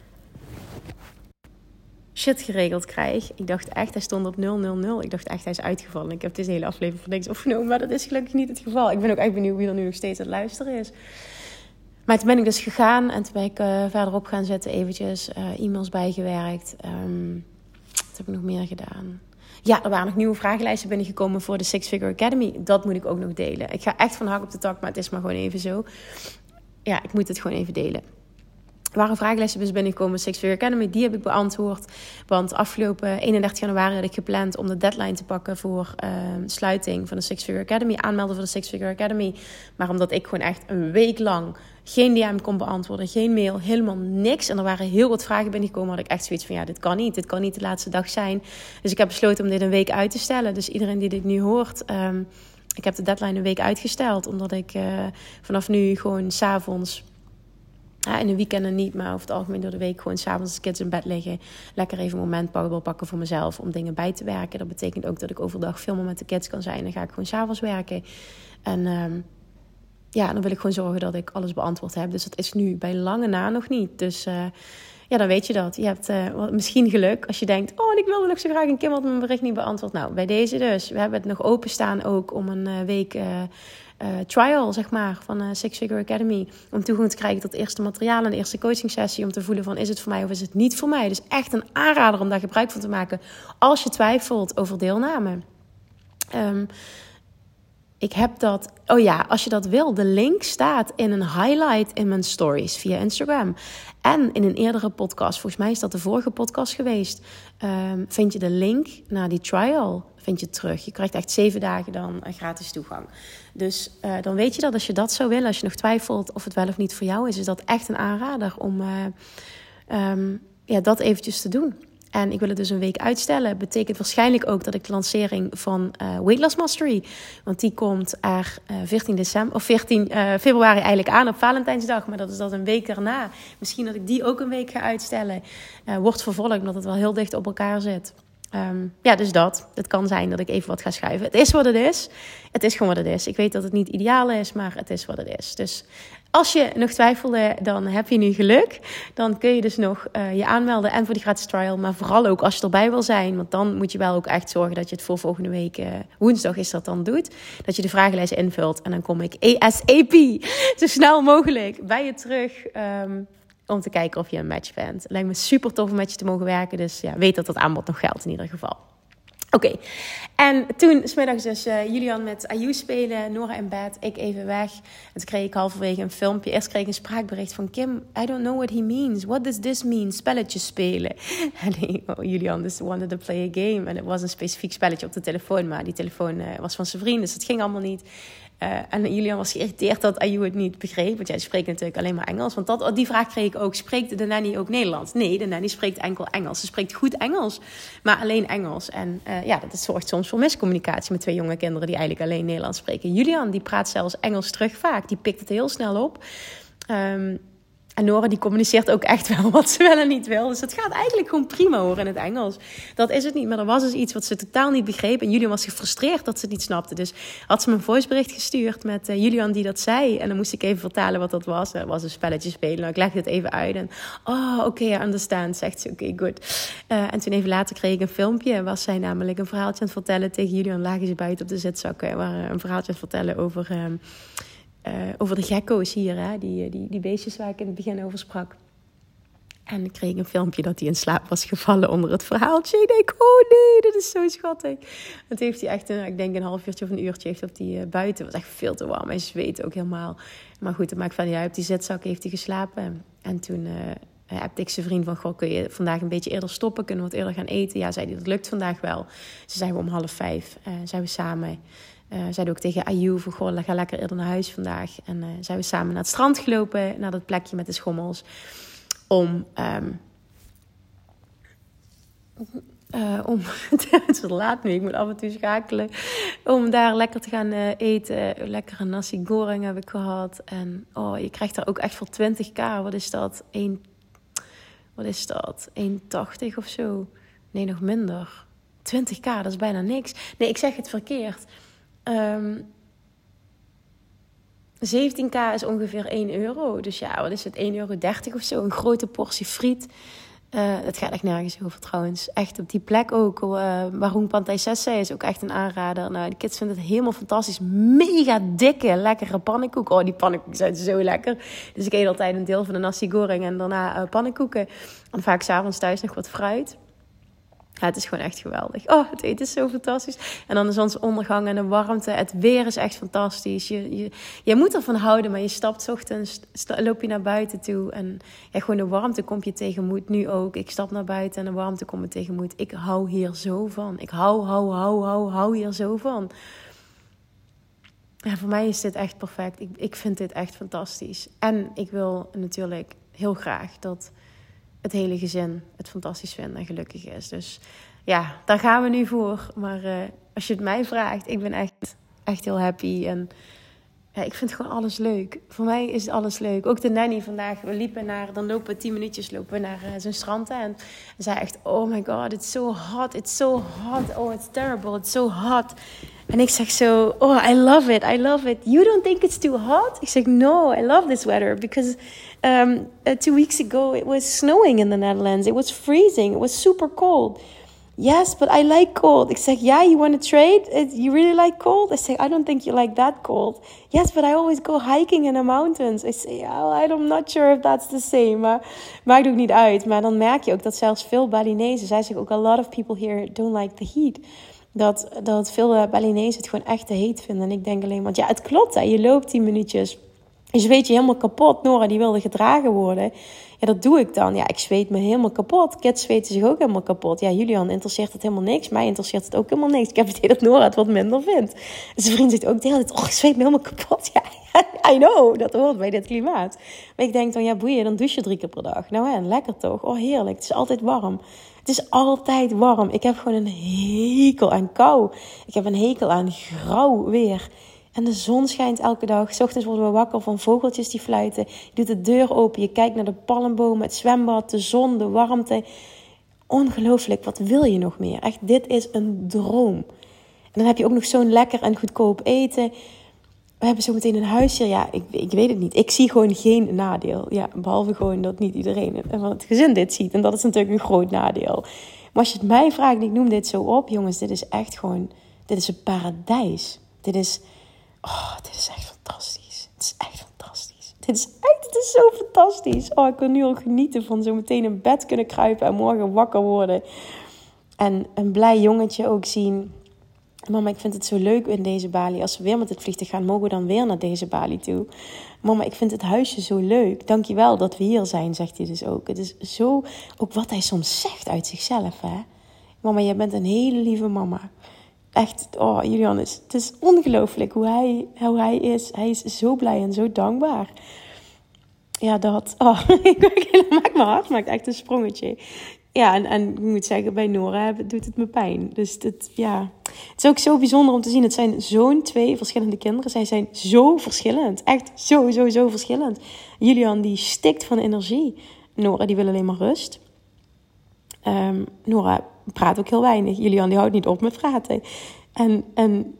shit geregeld krijg. Ik dacht echt, hij stond op 000. Ik dacht echt, hij is uitgevallen. Ik heb deze hele aflevering van niks opgenomen. Maar dat is gelukkig niet het geval. Ik ben ook echt benieuwd wie er nu nog steeds aan het luisteren is. Maar toen ben ik dus gegaan. En toen ben ik verderop gaan zitten eventjes. E-mails bijgewerkt. Wat heb ik nog meer gedaan? Ja, er waren nog nieuwe vragenlijsten binnengekomen voor de Six Figure Academy. Dat moet ik ook nog delen. Ik ga echt van de hak op de tak, maar het is maar gewoon even zo. Ja, ik moet het gewoon even delen. Er waren vragenlijsten dus binnengekomen voor Six Figure Academy. Die heb ik beantwoord. Want afgelopen 31 januari had ik gepland om de deadline te pakken voor sluiting van de Six Figure Academy. Aanmelden voor de Six Figure Academy. Maar omdat ik gewoon echt een week lang geen DM kon beantwoorden, geen mail, helemaal niks. En er waren heel wat vragen binnengekomen. Had ik echt zoiets van, dit kan niet. Dit kan niet de laatste dag zijn. Dus ik heb besloten om dit een week uit te stellen. Dus iedereen die dit nu hoort... ik heb de deadline een week uitgesteld. Omdat ik vanaf nu gewoon 's avonds... in de weekenden niet, maar over het algemeen door de week... gewoon 's avonds als kids in bed liggen... lekker even een moment wil pakken voor mezelf... om dingen bij te werken. Dat betekent ook dat ik overdag veel meer met de kids kan zijn. Dan ga ik gewoon 's avonds werken. En... dan wil ik gewoon zorgen dat ik alles beantwoord heb. Dus dat is nu bij lange na nog niet. Dus dan weet je dat. Je hebt misschien geluk als je denkt... ik wilde nog zo graag een Kim had mijn bericht niet beantwoord. Nou, bij deze dus. We hebben het nog openstaan ook om een week... trial, zeg maar, van Six Figure Academy. Om toegang te krijgen tot eerste materiaal en de eerste coaching sessie. Om te voelen van, is het voor mij of is het niet voor mij? Dus echt een aanrader om daar gebruik van te maken. Als je twijfelt over deelname. Ik heb dat... als je dat wil. De link staat in een highlight in mijn stories via Instagram. En in een eerdere podcast. Volgens mij is dat de vorige podcast geweest. Vind je de link naar die trial vind je terug. Je krijgt echt 7 dagen dan gratis toegang. Dus dan weet je dat als je dat zou willen. Als je nog twijfelt of het wel of niet voor jou is dat echt een aanrader om dat eventjes te doen. En ik wil het dus een week uitstellen. Betekent waarschijnlijk ook dat ik de lancering van Weight Loss Mastery... want die komt er 14 februari eigenlijk aan op Valentijnsdag. Maar dat is dat een week daarna. Misschien dat ik die ook een week ga uitstellen. Wordt vervolgd, omdat het wel heel dicht op elkaar zit. Dus dat. Het kan zijn dat ik even wat ga schuiven. Het is wat het is. Het is gewoon wat het is. Ik weet dat het niet ideaal is, maar het is wat het is. Dus als je nog twijfelde, dan heb je nu geluk. Dan kun je dus nog je aanmelden en voor die gratis trial. Maar vooral ook als je erbij wil zijn. Want dan moet je wel ook echt zorgen dat je het voor volgende week, woensdag is dat dan, doet. Dat je de vragenlijst invult. En dan kom ik ASAP, zo snel mogelijk, bij je terug... om te kijken of je een match bent. Het lijkt me super tof om met je te mogen werken. Dus weet dat aanbod nog geldt in ieder geval. Oké. En toen, 's middags dus Julian met Ayu spelen. Nora in bed, ik even weg. En toen kreeg ik halverwege een filmpje. Eerst kreeg ik een spraakbericht van Kim. I don't know what he means. What does this mean? Spelletjes spelen. En Julian dus wanted to play a game. En het was een specifiek spelletje op de telefoon. Maar die telefoon was van zijn vriend. Dus het ging allemaal niet. En Julian was geïrriteerd dat Ayu het niet begreep. Want jij spreekt natuurlijk alleen maar Engels. Want die vraag kreeg ik ook. Spreekt de nanny ook Nederlands? Nee, de nanny spreekt enkel Engels. Ze spreekt goed Engels, maar alleen Engels. En dat zorgt soms voor miscommunicatie met 2 jonge kinderen... die eigenlijk alleen Nederlands spreken. Julian, die praat zelfs Engels terug vaak. Die pikt het heel snel op. En Nora die communiceert ook echt wel wat ze wel en niet wil. Dus het gaat eigenlijk gewoon prima hoor in het Engels. Dat is het niet, maar er was dus iets wat ze totaal niet begreep. En Julian was gefrustreerd dat ze het niet snapte. Dus had ze me een voicebericht gestuurd met Julian die dat zei. En dan moest ik even vertalen wat dat was. Dat was een spelletje spelen. Nou, ik legde het even uit. En oké, I understand, zegt ze. Oké, goed. En toen even later kreeg ik een filmpje. Was zij namelijk een verhaaltje aan het vertellen tegen Julian. Lagen ze buiten op de zitzakken. Waren een verhaaltje aan het vertellen over de gekko's hier, hè? Die beestjes waar ik in het begin over sprak. En ik kreeg een filmpje dat hij in slaap was gevallen onder het verhaaltje. Ik denk, oh nee, dit is zo schattig. Het heeft hij echt, ik denk een half uurtje of een uurtje heeft op die buiten. Het was echt veel te warm. Hij zweette ook helemaal. Maar goed, dat maakt van ja, op die zitzak heeft hij geslapen. En toen appte ik zijn vriend van, goh, kun je vandaag een beetje eerder stoppen? Kunnen we wat eerder gaan eten? Ja, zei hij, dat lukt vandaag wel. Dus zijn we om 4:30, zijn we samen... zeiden ook tegen Ayu van, goh, ga lekker eerder naar huis vandaag. En zijn we samen naar het strand gelopen, naar dat plekje met de schommels. Het is laat nu, ik moet af en toe schakelen. Om daar lekker te gaan eten. Lekkere nasi goreng heb ik gehad. En je krijgt daar ook echt voor 20k. Wat is dat? 1,80 of zo? Nee, nog minder. 20k, dat is bijna niks. Nee, ik zeg het verkeerd. 17k is ongeveer €1. Dus ja, wat is het? €1,30 of zo. Een grote portie friet. Het gaat echt nergens over trouwens. Echt op die plek ook. Waroen Pantai Sesse is ook echt een aanrader. Nou, de kids vinden het helemaal fantastisch. Mega dikke, lekkere pannenkoeken. Die pannenkoeken zijn zo lekker. Dus ik eet altijd een deel van de nasi goreng en daarna pannenkoeken. En vaak 's avonds thuis nog wat fruit. Ja, het is gewoon echt geweldig. Het eten is zo fantastisch. En dan de zonsondergang en de warmte. Het weer is echt fantastisch. Je moet ervan houden, maar je stapt 's ochtends, loop je naar buiten toe. En gewoon de warmte komt je tegemoet. Nu ook. Ik stap naar buiten en de warmte komt me tegemoet. Ik hou hier zo van. Ik hou hier zo van. Ja, voor mij is dit echt perfect. Ik vind dit echt fantastisch. En ik wil natuurlijk heel graag dat het hele gezin het fantastisch vindt en gelukkig is. Dus ja, daar gaan we nu voor. Maar als je het mij vraagt, ik ben echt heel happy. En ja, ik vind gewoon alles leuk. Voor mij is alles leuk. Ook de nanny vandaag. Dan lopen we 10 minuutjes naar zijn strand. En zei echt, oh my god, it's so hot. It's so hot. Oh, it's terrible. It's so hot. En ik zeg zo, oh, I love it. You don't think it's too hot? Ik zeg, no, I love this weather. Because 2 weeks ago it was snowing in the Netherlands. It was freezing. It was super cold. Yes, but I like cold. Ik zeg, yeah, you want to trade? You really like cold? I say, I don't think you like that cold. Yes, but I always go hiking in the mountains. I say, oh, I'm not sure if that's the same. Maar maakt ook niet uit. Maar dan merk je ook dat zelfs veel Balinezen, zij zeggen ook, a lot of people here don't like the heat. Dat veel Balinezen het gewoon echt te heet vinden. En ik denk alleen, want ja, het klopt, hè. Je loopt 10 minuutjes. Je zweet je helemaal kapot. Nora, die wilde gedragen worden. Ja, dat doe ik dan. Ja, ik zweet me helemaal kapot. Kids zweten zich ook helemaal kapot. Ja, Julian interesseert het helemaal niks. Mij interesseert het ook helemaal niks. Ik heb het idee dat Nora het wat minder vindt. Zijn vriend zegt ook de hele tijd, ik zweet me helemaal kapot. Ja, I know, dat hoort bij dit klimaat. Maar ik denk dan, ja boeien, dan douche je 3 keer per dag. Nou hè, lekker toch? Oh, heerlijk. Het is altijd warm. Het is altijd warm. Ik heb gewoon een hekel aan kou. Ik heb een hekel aan grauw weer. En de zon schijnt elke dag. 's Ochtends worden we wakker van vogeltjes die fluiten. Je doet de deur open. Je kijkt naar de palmbomen, het zwembad, de zon, de warmte. Ongelooflijk. Wat wil je nog meer? Echt, dit is een droom. En dan heb je ook nog zo'n lekker en goedkoop eten. We hebben zo meteen een huis hier. Ja, ik weet het niet. Ik zie gewoon geen nadeel. Ja, behalve gewoon dat niet iedereen van het gezin dit ziet. En dat is natuurlijk een groot nadeel. Maar als je het mij vraagt, en ik noem dit zo op. Jongens, dit is echt gewoon... Dit is een paradijs. Dit is echt fantastisch. Het is echt fantastisch. Het is zo fantastisch. Oh, ik kan nu al genieten van zo meteen in bed kunnen kruipen en morgen wakker worden. En een blij jongetje ook zien. Mama, ik vind het zo leuk in deze Bali. Als we weer met het vliegtuig gaan, mogen we dan weer naar deze Bali toe. Mama, ik vind het huisje zo leuk. Dankjewel dat we hier zijn, zegt hij dus ook. Het is zo, ook wat hij soms zegt uit zichzelf, hè. Mama, jij bent een hele lieve mama. Echt, oh Julian, het is ongelooflijk hoe hij is. Hij is zo blij en zo dankbaar. Ja, dat. Oh, mijn hart maakt echt een sprongetje. Ja, en ik moet zeggen, bij Nora doet het me pijn. Dus het is ook zo bijzonder om te zien. Het zijn zo'n 2 verschillende kinderen. Zij zijn zo verschillend. Echt zo verschillend. Julian, die stikt van energie. Nora, die wil alleen maar rust. Nora praat ook heel weinig. Julian, die houdt niet op met praten. En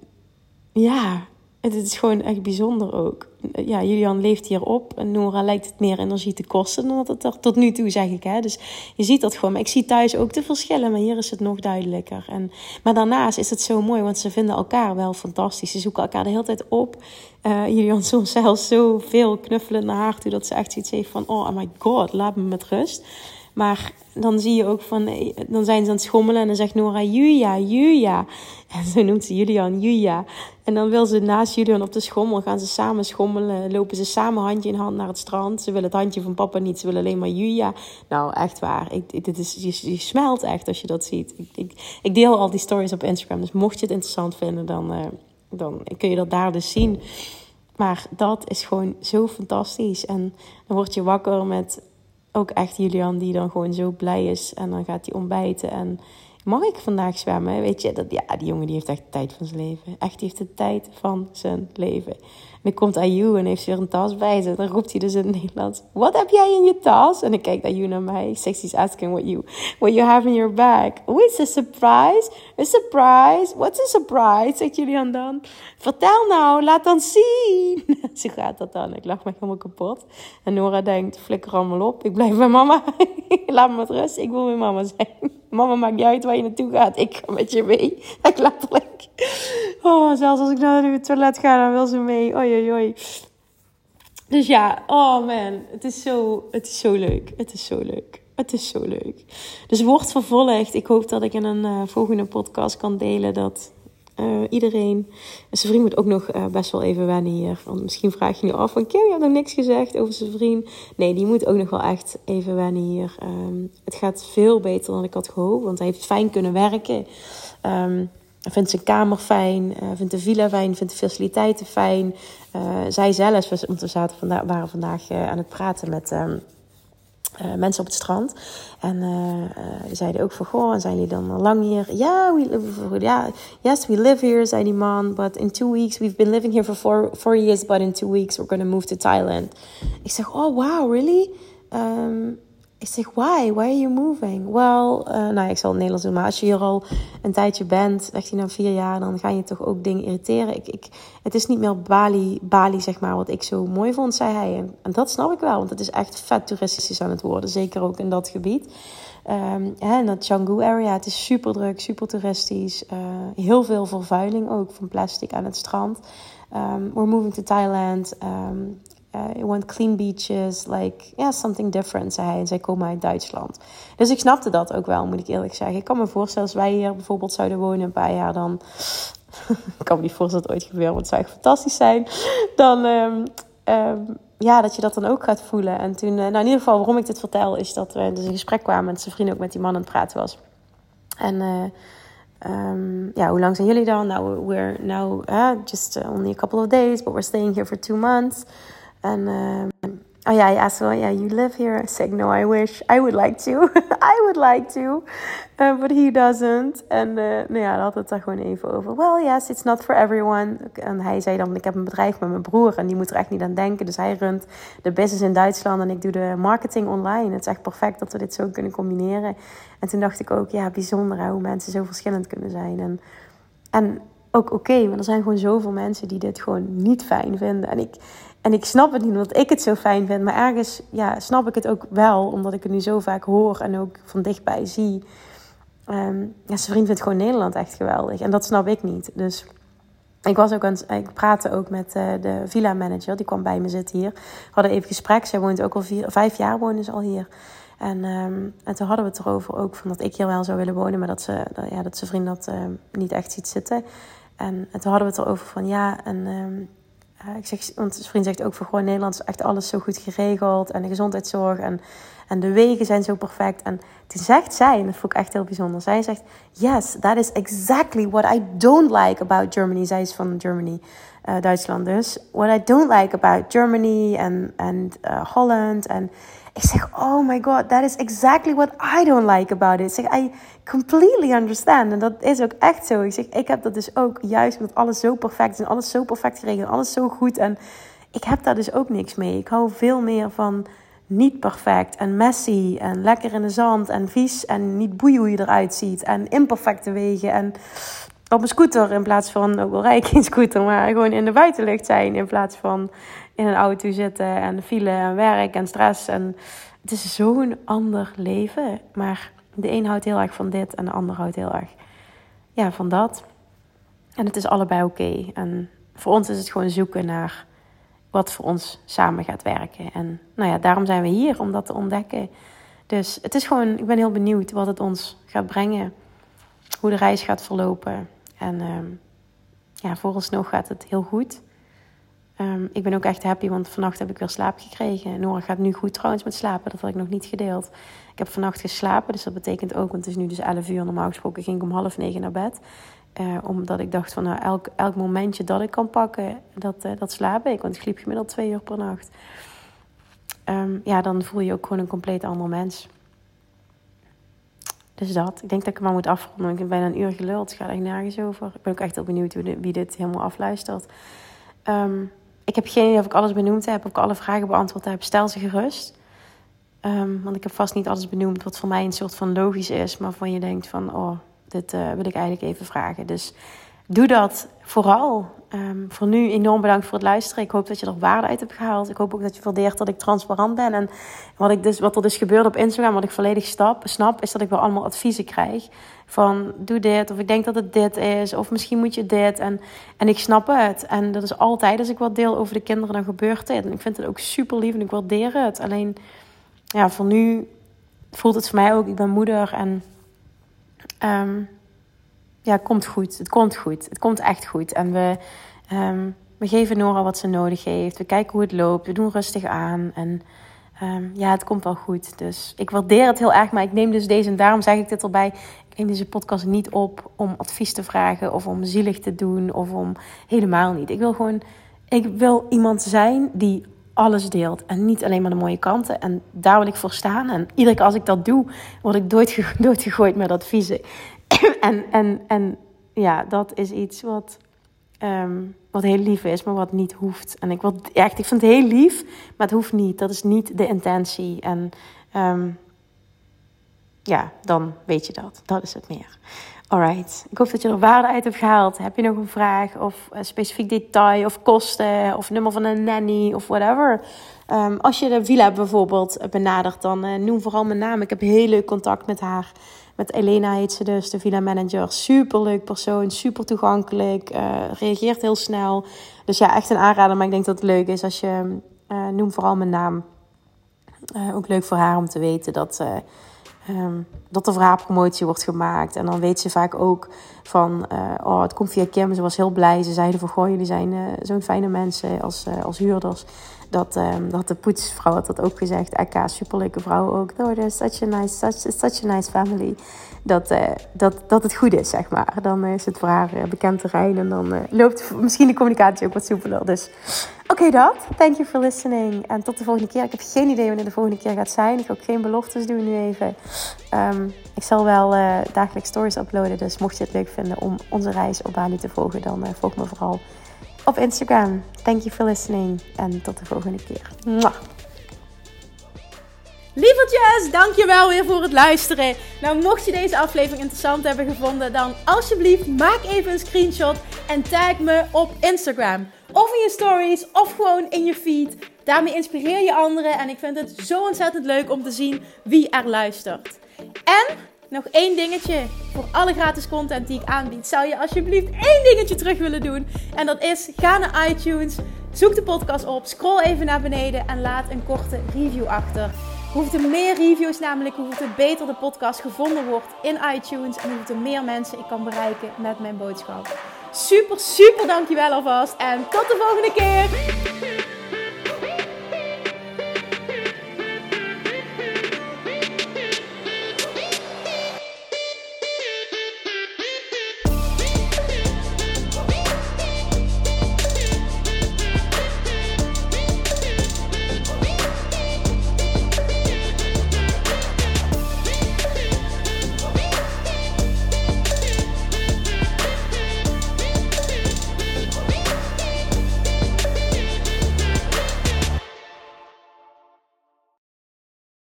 ja, het is gewoon echt bijzonder ook. Ja, Julian leeft hierop. En Nora lijkt het meer energie te kosten dan dat het er tot nu toe, zeg ik. Hè? Dus je ziet dat gewoon. Maar ik zie thuis ook de verschillen. Maar hier is het nog duidelijker. Maar daarnaast is het zo mooi. Want ze vinden elkaar wel fantastisch. Ze zoeken elkaar de hele tijd op. Julian soms zelfs zoveel knuffelend naar haar toe. Dat ze echt zoiets heeft van, oh my god, laat me met rust. Maar dan zie je ook van... Dan zijn ze aan het schommelen en dan zegt Nora... Julia. En zo noemt ze Julian Julia. En dan wil ze naast Julian op de schommel... gaan ze samen schommelen. Lopen ze samen handje in hand naar het strand. Ze willen het handje van papa niet. Ze willen alleen maar Julia. Nou, echt waar. Je smelt echt als je dat ziet. Ik deel al die stories op Instagram. Dus mocht je het interessant vinden... dan kun je dat daar dus zien. Maar dat is gewoon zo fantastisch. En dan word je wakker met... Ook echt Julian die dan gewoon zo blij is. En dan gaat hij ontbijten. En mag ik vandaag zwemmen? Weet je, die jongen die heeft echt de tijd van zijn leven. Echt, die heeft de tijd van zijn leven. En dan komt Ayu en heeft weer een tas bij zich. Dan roept hij dus in het Nederlands. Wat heb jij in je tas? En dan kijkt Ayu naar mij. He's asking what you have in your bag. Oh, it's a surprise. A surprise. What's a surprise? Zegt Julian dan. Vertel nou, laat dan zien. Zo gaat dat dan. Ik lach me helemaal kapot. En Nora denkt, flikker allemaal op. Ik blijf bij mama. Laat me met rust. Ik wil bij mama zijn. Mama, maakt niet uit waar je naartoe gaat. Ik ga met je mee. Echt letterlijk. Oh, zelfs als ik naar het toilet ga, dan wil ze mee. Oei. Dus ja, oh man. Het is zo leuk. Het is zo leuk. Dus wordt vervolgd. Ik hoop dat ik in een volgende podcast kan delen dat iedereen... En zijn vriend moet ook nog best wel even wennen hier. Want misschien vraag je nu af van... Kim, je hebt nog niks gezegd over zijn vriend. Nee, die moet ook nog wel echt even wennen hier. Het gaat veel beter dan ik had gehoopt. Want hij heeft fijn kunnen werken. Hij vindt zijn kamer fijn. Vindt de villa fijn. Vindt de faciliteiten fijn. Zij zelfs, want we waren vandaag aan het praten met... mensen op het strand. En die zeiden ook van... Goh, en zijn jullie dan al lang hier? Yes, we live here, zei die man. But in 2 weeks, we've been living here for 4 years. But in 2 weeks, we're going to move to Thailand. Ik zeg, oh wow, really? Ik zeg, why are you moving? Ik zal het Nederlands doen, maar als je hier al een tijdje bent, zegt hij 4 jaar, dan ga je toch ook dingen irriteren. Het is niet meer Bali, zeg maar, wat ik zo mooi vond, zei hij. En dat snap ik wel, want het is echt vet toeristisch aan het worden, zeker ook in dat gebied. In dat Canggu area, het is super druk, super toeristisch. Heel veel vervuiling ook van plastic aan het strand. We're moving to Thailand. I want clean beaches, something different, zei hij. En zij komen uit Duitsland. Dus ik snapte dat ook wel, moet ik eerlijk zeggen. Ik kan me voorstellen, als wij hier bijvoorbeeld zouden wonen een paar jaar, dan... ik kan me niet voorstellen dat het ooit gebeurt, want het zou echt fantastisch zijn. Dan, dat je dat dan ook gaat voelen. En toen, in ieder geval, waarom ik dit vertel, is dat we dus in gesprek kwamen en zijn vriend ook met die man aan het praten was. En... hoe lang zijn jullie dan? Nou, we're now just only a couple of days, but we're staying here for 2 months. And he asked, you live here? I said, no, I wish. I would like to. I would like to. But he doesn't. En dan had het daar gewoon even over. Well, yes, it's not for everyone. En hij zei dan, ik heb een bedrijf met mijn broer en die moet er echt niet aan denken. Dus hij runt de business in Duitsland en ik doe de marketing online. Het is echt perfect dat we dit zo kunnen combineren. En toen dacht ik ook, bijzonder hoe mensen zo verschillend kunnen zijn. En ook oké, maar er zijn gewoon zoveel mensen die dit gewoon niet fijn vinden. En ik snap het niet omdat ik het zo fijn vind. Maar ergens snap ik het ook wel. Omdat ik het nu zo vaak hoor en ook van dichtbij zie. Zijn vriend vindt gewoon Nederland echt geweldig. En dat snap ik niet. Dus ik praatte ook met de villa manager. Die kwam bij me zitten hier. We hadden even gesprek. Zij woont ook al 5 jaar wonen ze al hier. En toen hadden we het erover ook van dat ik hier wel zou willen wonen. Maar dat zijn vriend dat niet echt ziet zitten. En toen hadden we het erover van ik zeg, want zijn vriend zegt ook van gewoon Nederland is echt alles zo goed geregeld. En de gezondheidszorg en de wegen zijn zo perfect. En toen zegt zij, en dat vond ik echt heel bijzonder. Zij zegt, yes, that is exactly what I don't like about Germany. Zij is van Germany, Duitsland dus. What I don't like about Germany and Holland. En ik zeg, oh my god, that is exactly what I don't like about it. Ik zeg, I completely understand. En dat is ook echt zo. Ik zeg, ik heb dat dus ook juist omdat alles zo perfect is en alles zo perfect geregeld, alles zo goed. En ik heb daar dus ook niks mee. Ik hou veel meer van niet perfect en messy en lekker in de zand en vies en niet boeien hoe je eruit ziet en imperfecte wegen en op een scooter in plaats van, ook al rijd ik geen scooter, maar gewoon in de buitenlucht zijn in plaats van in een auto zitten en file en werk en stress. En het is zo'n ander leven. Maar de een houdt heel erg van dit en de ander houdt heel erg van dat. En het is allebei oké. En voor ons is het gewoon zoeken naar wat voor ons samen gaat werken. En daarom zijn we hier, om dat te ontdekken. Dus het is gewoon, ik ben heel benieuwd wat het ons gaat brengen. Hoe de reis gaat verlopen. En vooralsnog gaat het heel goed. Ik ben ook echt happy, want vannacht heb ik weer slaap gekregen. Nora gaat nu goed trouwens met slapen, dat had ik nog niet gedeeld. Ik heb vannacht geslapen, dus dat betekent ook, want het is nu dus 11 uur. Normaal gesproken ging ik om 8:30 naar bed. Omdat ik dacht van elk momentje dat ik kan pakken, dat slaap ik. Want ik sliep gemiddeld 2 uur per nacht. Dan voel je ook gewoon een compleet ander mens. Dus dat. Ik denk dat ik hem maar moet afronden. Ik heb bijna een uur geluld. Het gaat echt nergens over. Ik ben ook echt heel benieuwd wie dit helemaal afluistert. Ik heb geen idee of ik alles benoemd heb. Of ik alle vragen beantwoord heb. Stel ze gerust. Want ik heb vast niet alles benoemd wat voor mij een soort van logisch is. Maar van je denkt van, dit wil ik eigenlijk even vragen. Dus doe dat vooral. Voor nu enorm bedankt voor het luisteren. Ik hoop dat je er waarde uit hebt gehaald. Ik hoop ook dat je waardeert dat ik transparant ben. En wat er dus gebeurt op Instagram, wat ik volledig snap, is dat ik wel allemaal adviezen krijg. Van, doe dit, of ik denk dat het dit is, of misschien moet je dit. En ik snap het. En dat is altijd, als ik wat deel over de kinderen, dan gebeurt dit. En ik vind het ook super lief en ik waardeer het. Alleen, voor nu voelt het voor mij ook, ik ben moeder en... het komt goed. Het komt goed. Het komt echt goed. En we geven Nora wat ze nodig heeft. We kijken hoe het loopt. We doen rustig aan. En het komt wel goed. Dus ik waardeer het heel erg. Maar ik neem dus deze, en daarom zeg ik dit erbij. Ik neem deze podcast niet op om advies te vragen. Of om zielig te doen. Of om helemaal niet. Ik wil iemand zijn die alles deelt. En niet alleen maar de mooie kanten. En daar wil ik voor staan. En iedere keer als ik dat doe, word ik doodgegooid met adviezen. En dat is iets wat heel lief is, maar wat niet hoeft. En ik vind het heel lief, maar het hoeft niet. Dat is niet de intentie. En dan weet je dat. Dat is het meer. Alright. Ik hoop dat je er waarde uit hebt gehaald. Heb je nog een vraag of een specifiek detail of kosten of nummer van een nanny of whatever. Als je de villa bijvoorbeeld benadert, dan noem vooral mijn naam. Ik heb heel leuk contact met haar. Met Elena heet ze dus, de villa manager. Super leuk persoon, super toegankelijk, reageert heel snel. Dus ja, echt een aanrader. Maar ik denk dat het leuk is als je noem vooral mijn naam. Ook leuk voor haar om te weten dat er voor haar promotie wordt gemaakt. En dan weet ze vaak ook van, het komt via Kim. Ze was heel blij. Ze zeiden van, goh, jullie zijn zo'n fijne mensen als huurders. Dat de poetsvrouw had dat ook gezegd. Eka, superleuke vrouw ook. Oh, dat is such a nice family. Dat het goed is, zeg maar. Dan is het voor haar bekend terrein. En dan loopt misschien de communicatie ook wat soepeler. Dus oké, dat. Thank you for listening. En tot de volgende keer. Ik heb geen idee wanneer de volgende keer gaat zijn. Ik ga ook geen beloftes doen nu even. Ik zal wel dagelijks stories uploaden. Dus mocht je het leuk vinden om onze reis op Bali te volgen, dan volg me vooral op Instagram. Thank you for listening. En tot de volgende keer. Mwah. Lievertjes, dankjewel weer voor het luisteren. Nou, mocht je deze aflevering interessant hebben gevonden, dan alsjeblieft maak even een screenshot en tag me op Instagram. Of in je stories, of gewoon in je feed. Daarmee inspireer je anderen en ik vind het zo ontzettend leuk om te zien wie er luistert. En nog één dingetje. Voor alle gratis content die ik aanbied, zou je alsjeblieft één dingetje terug willen doen. En dat is, ga naar iTunes, zoek de podcast op, scroll even naar beneden en laat een korte review achter. Hoeveel meer reviews namelijk, hoeveel beter de podcast gevonden wordt in iTunes. En hoeveel meer mensen ik kan bereiken met mijn boodschap. Super, super dankjewel alvast. En tot de volgende keer.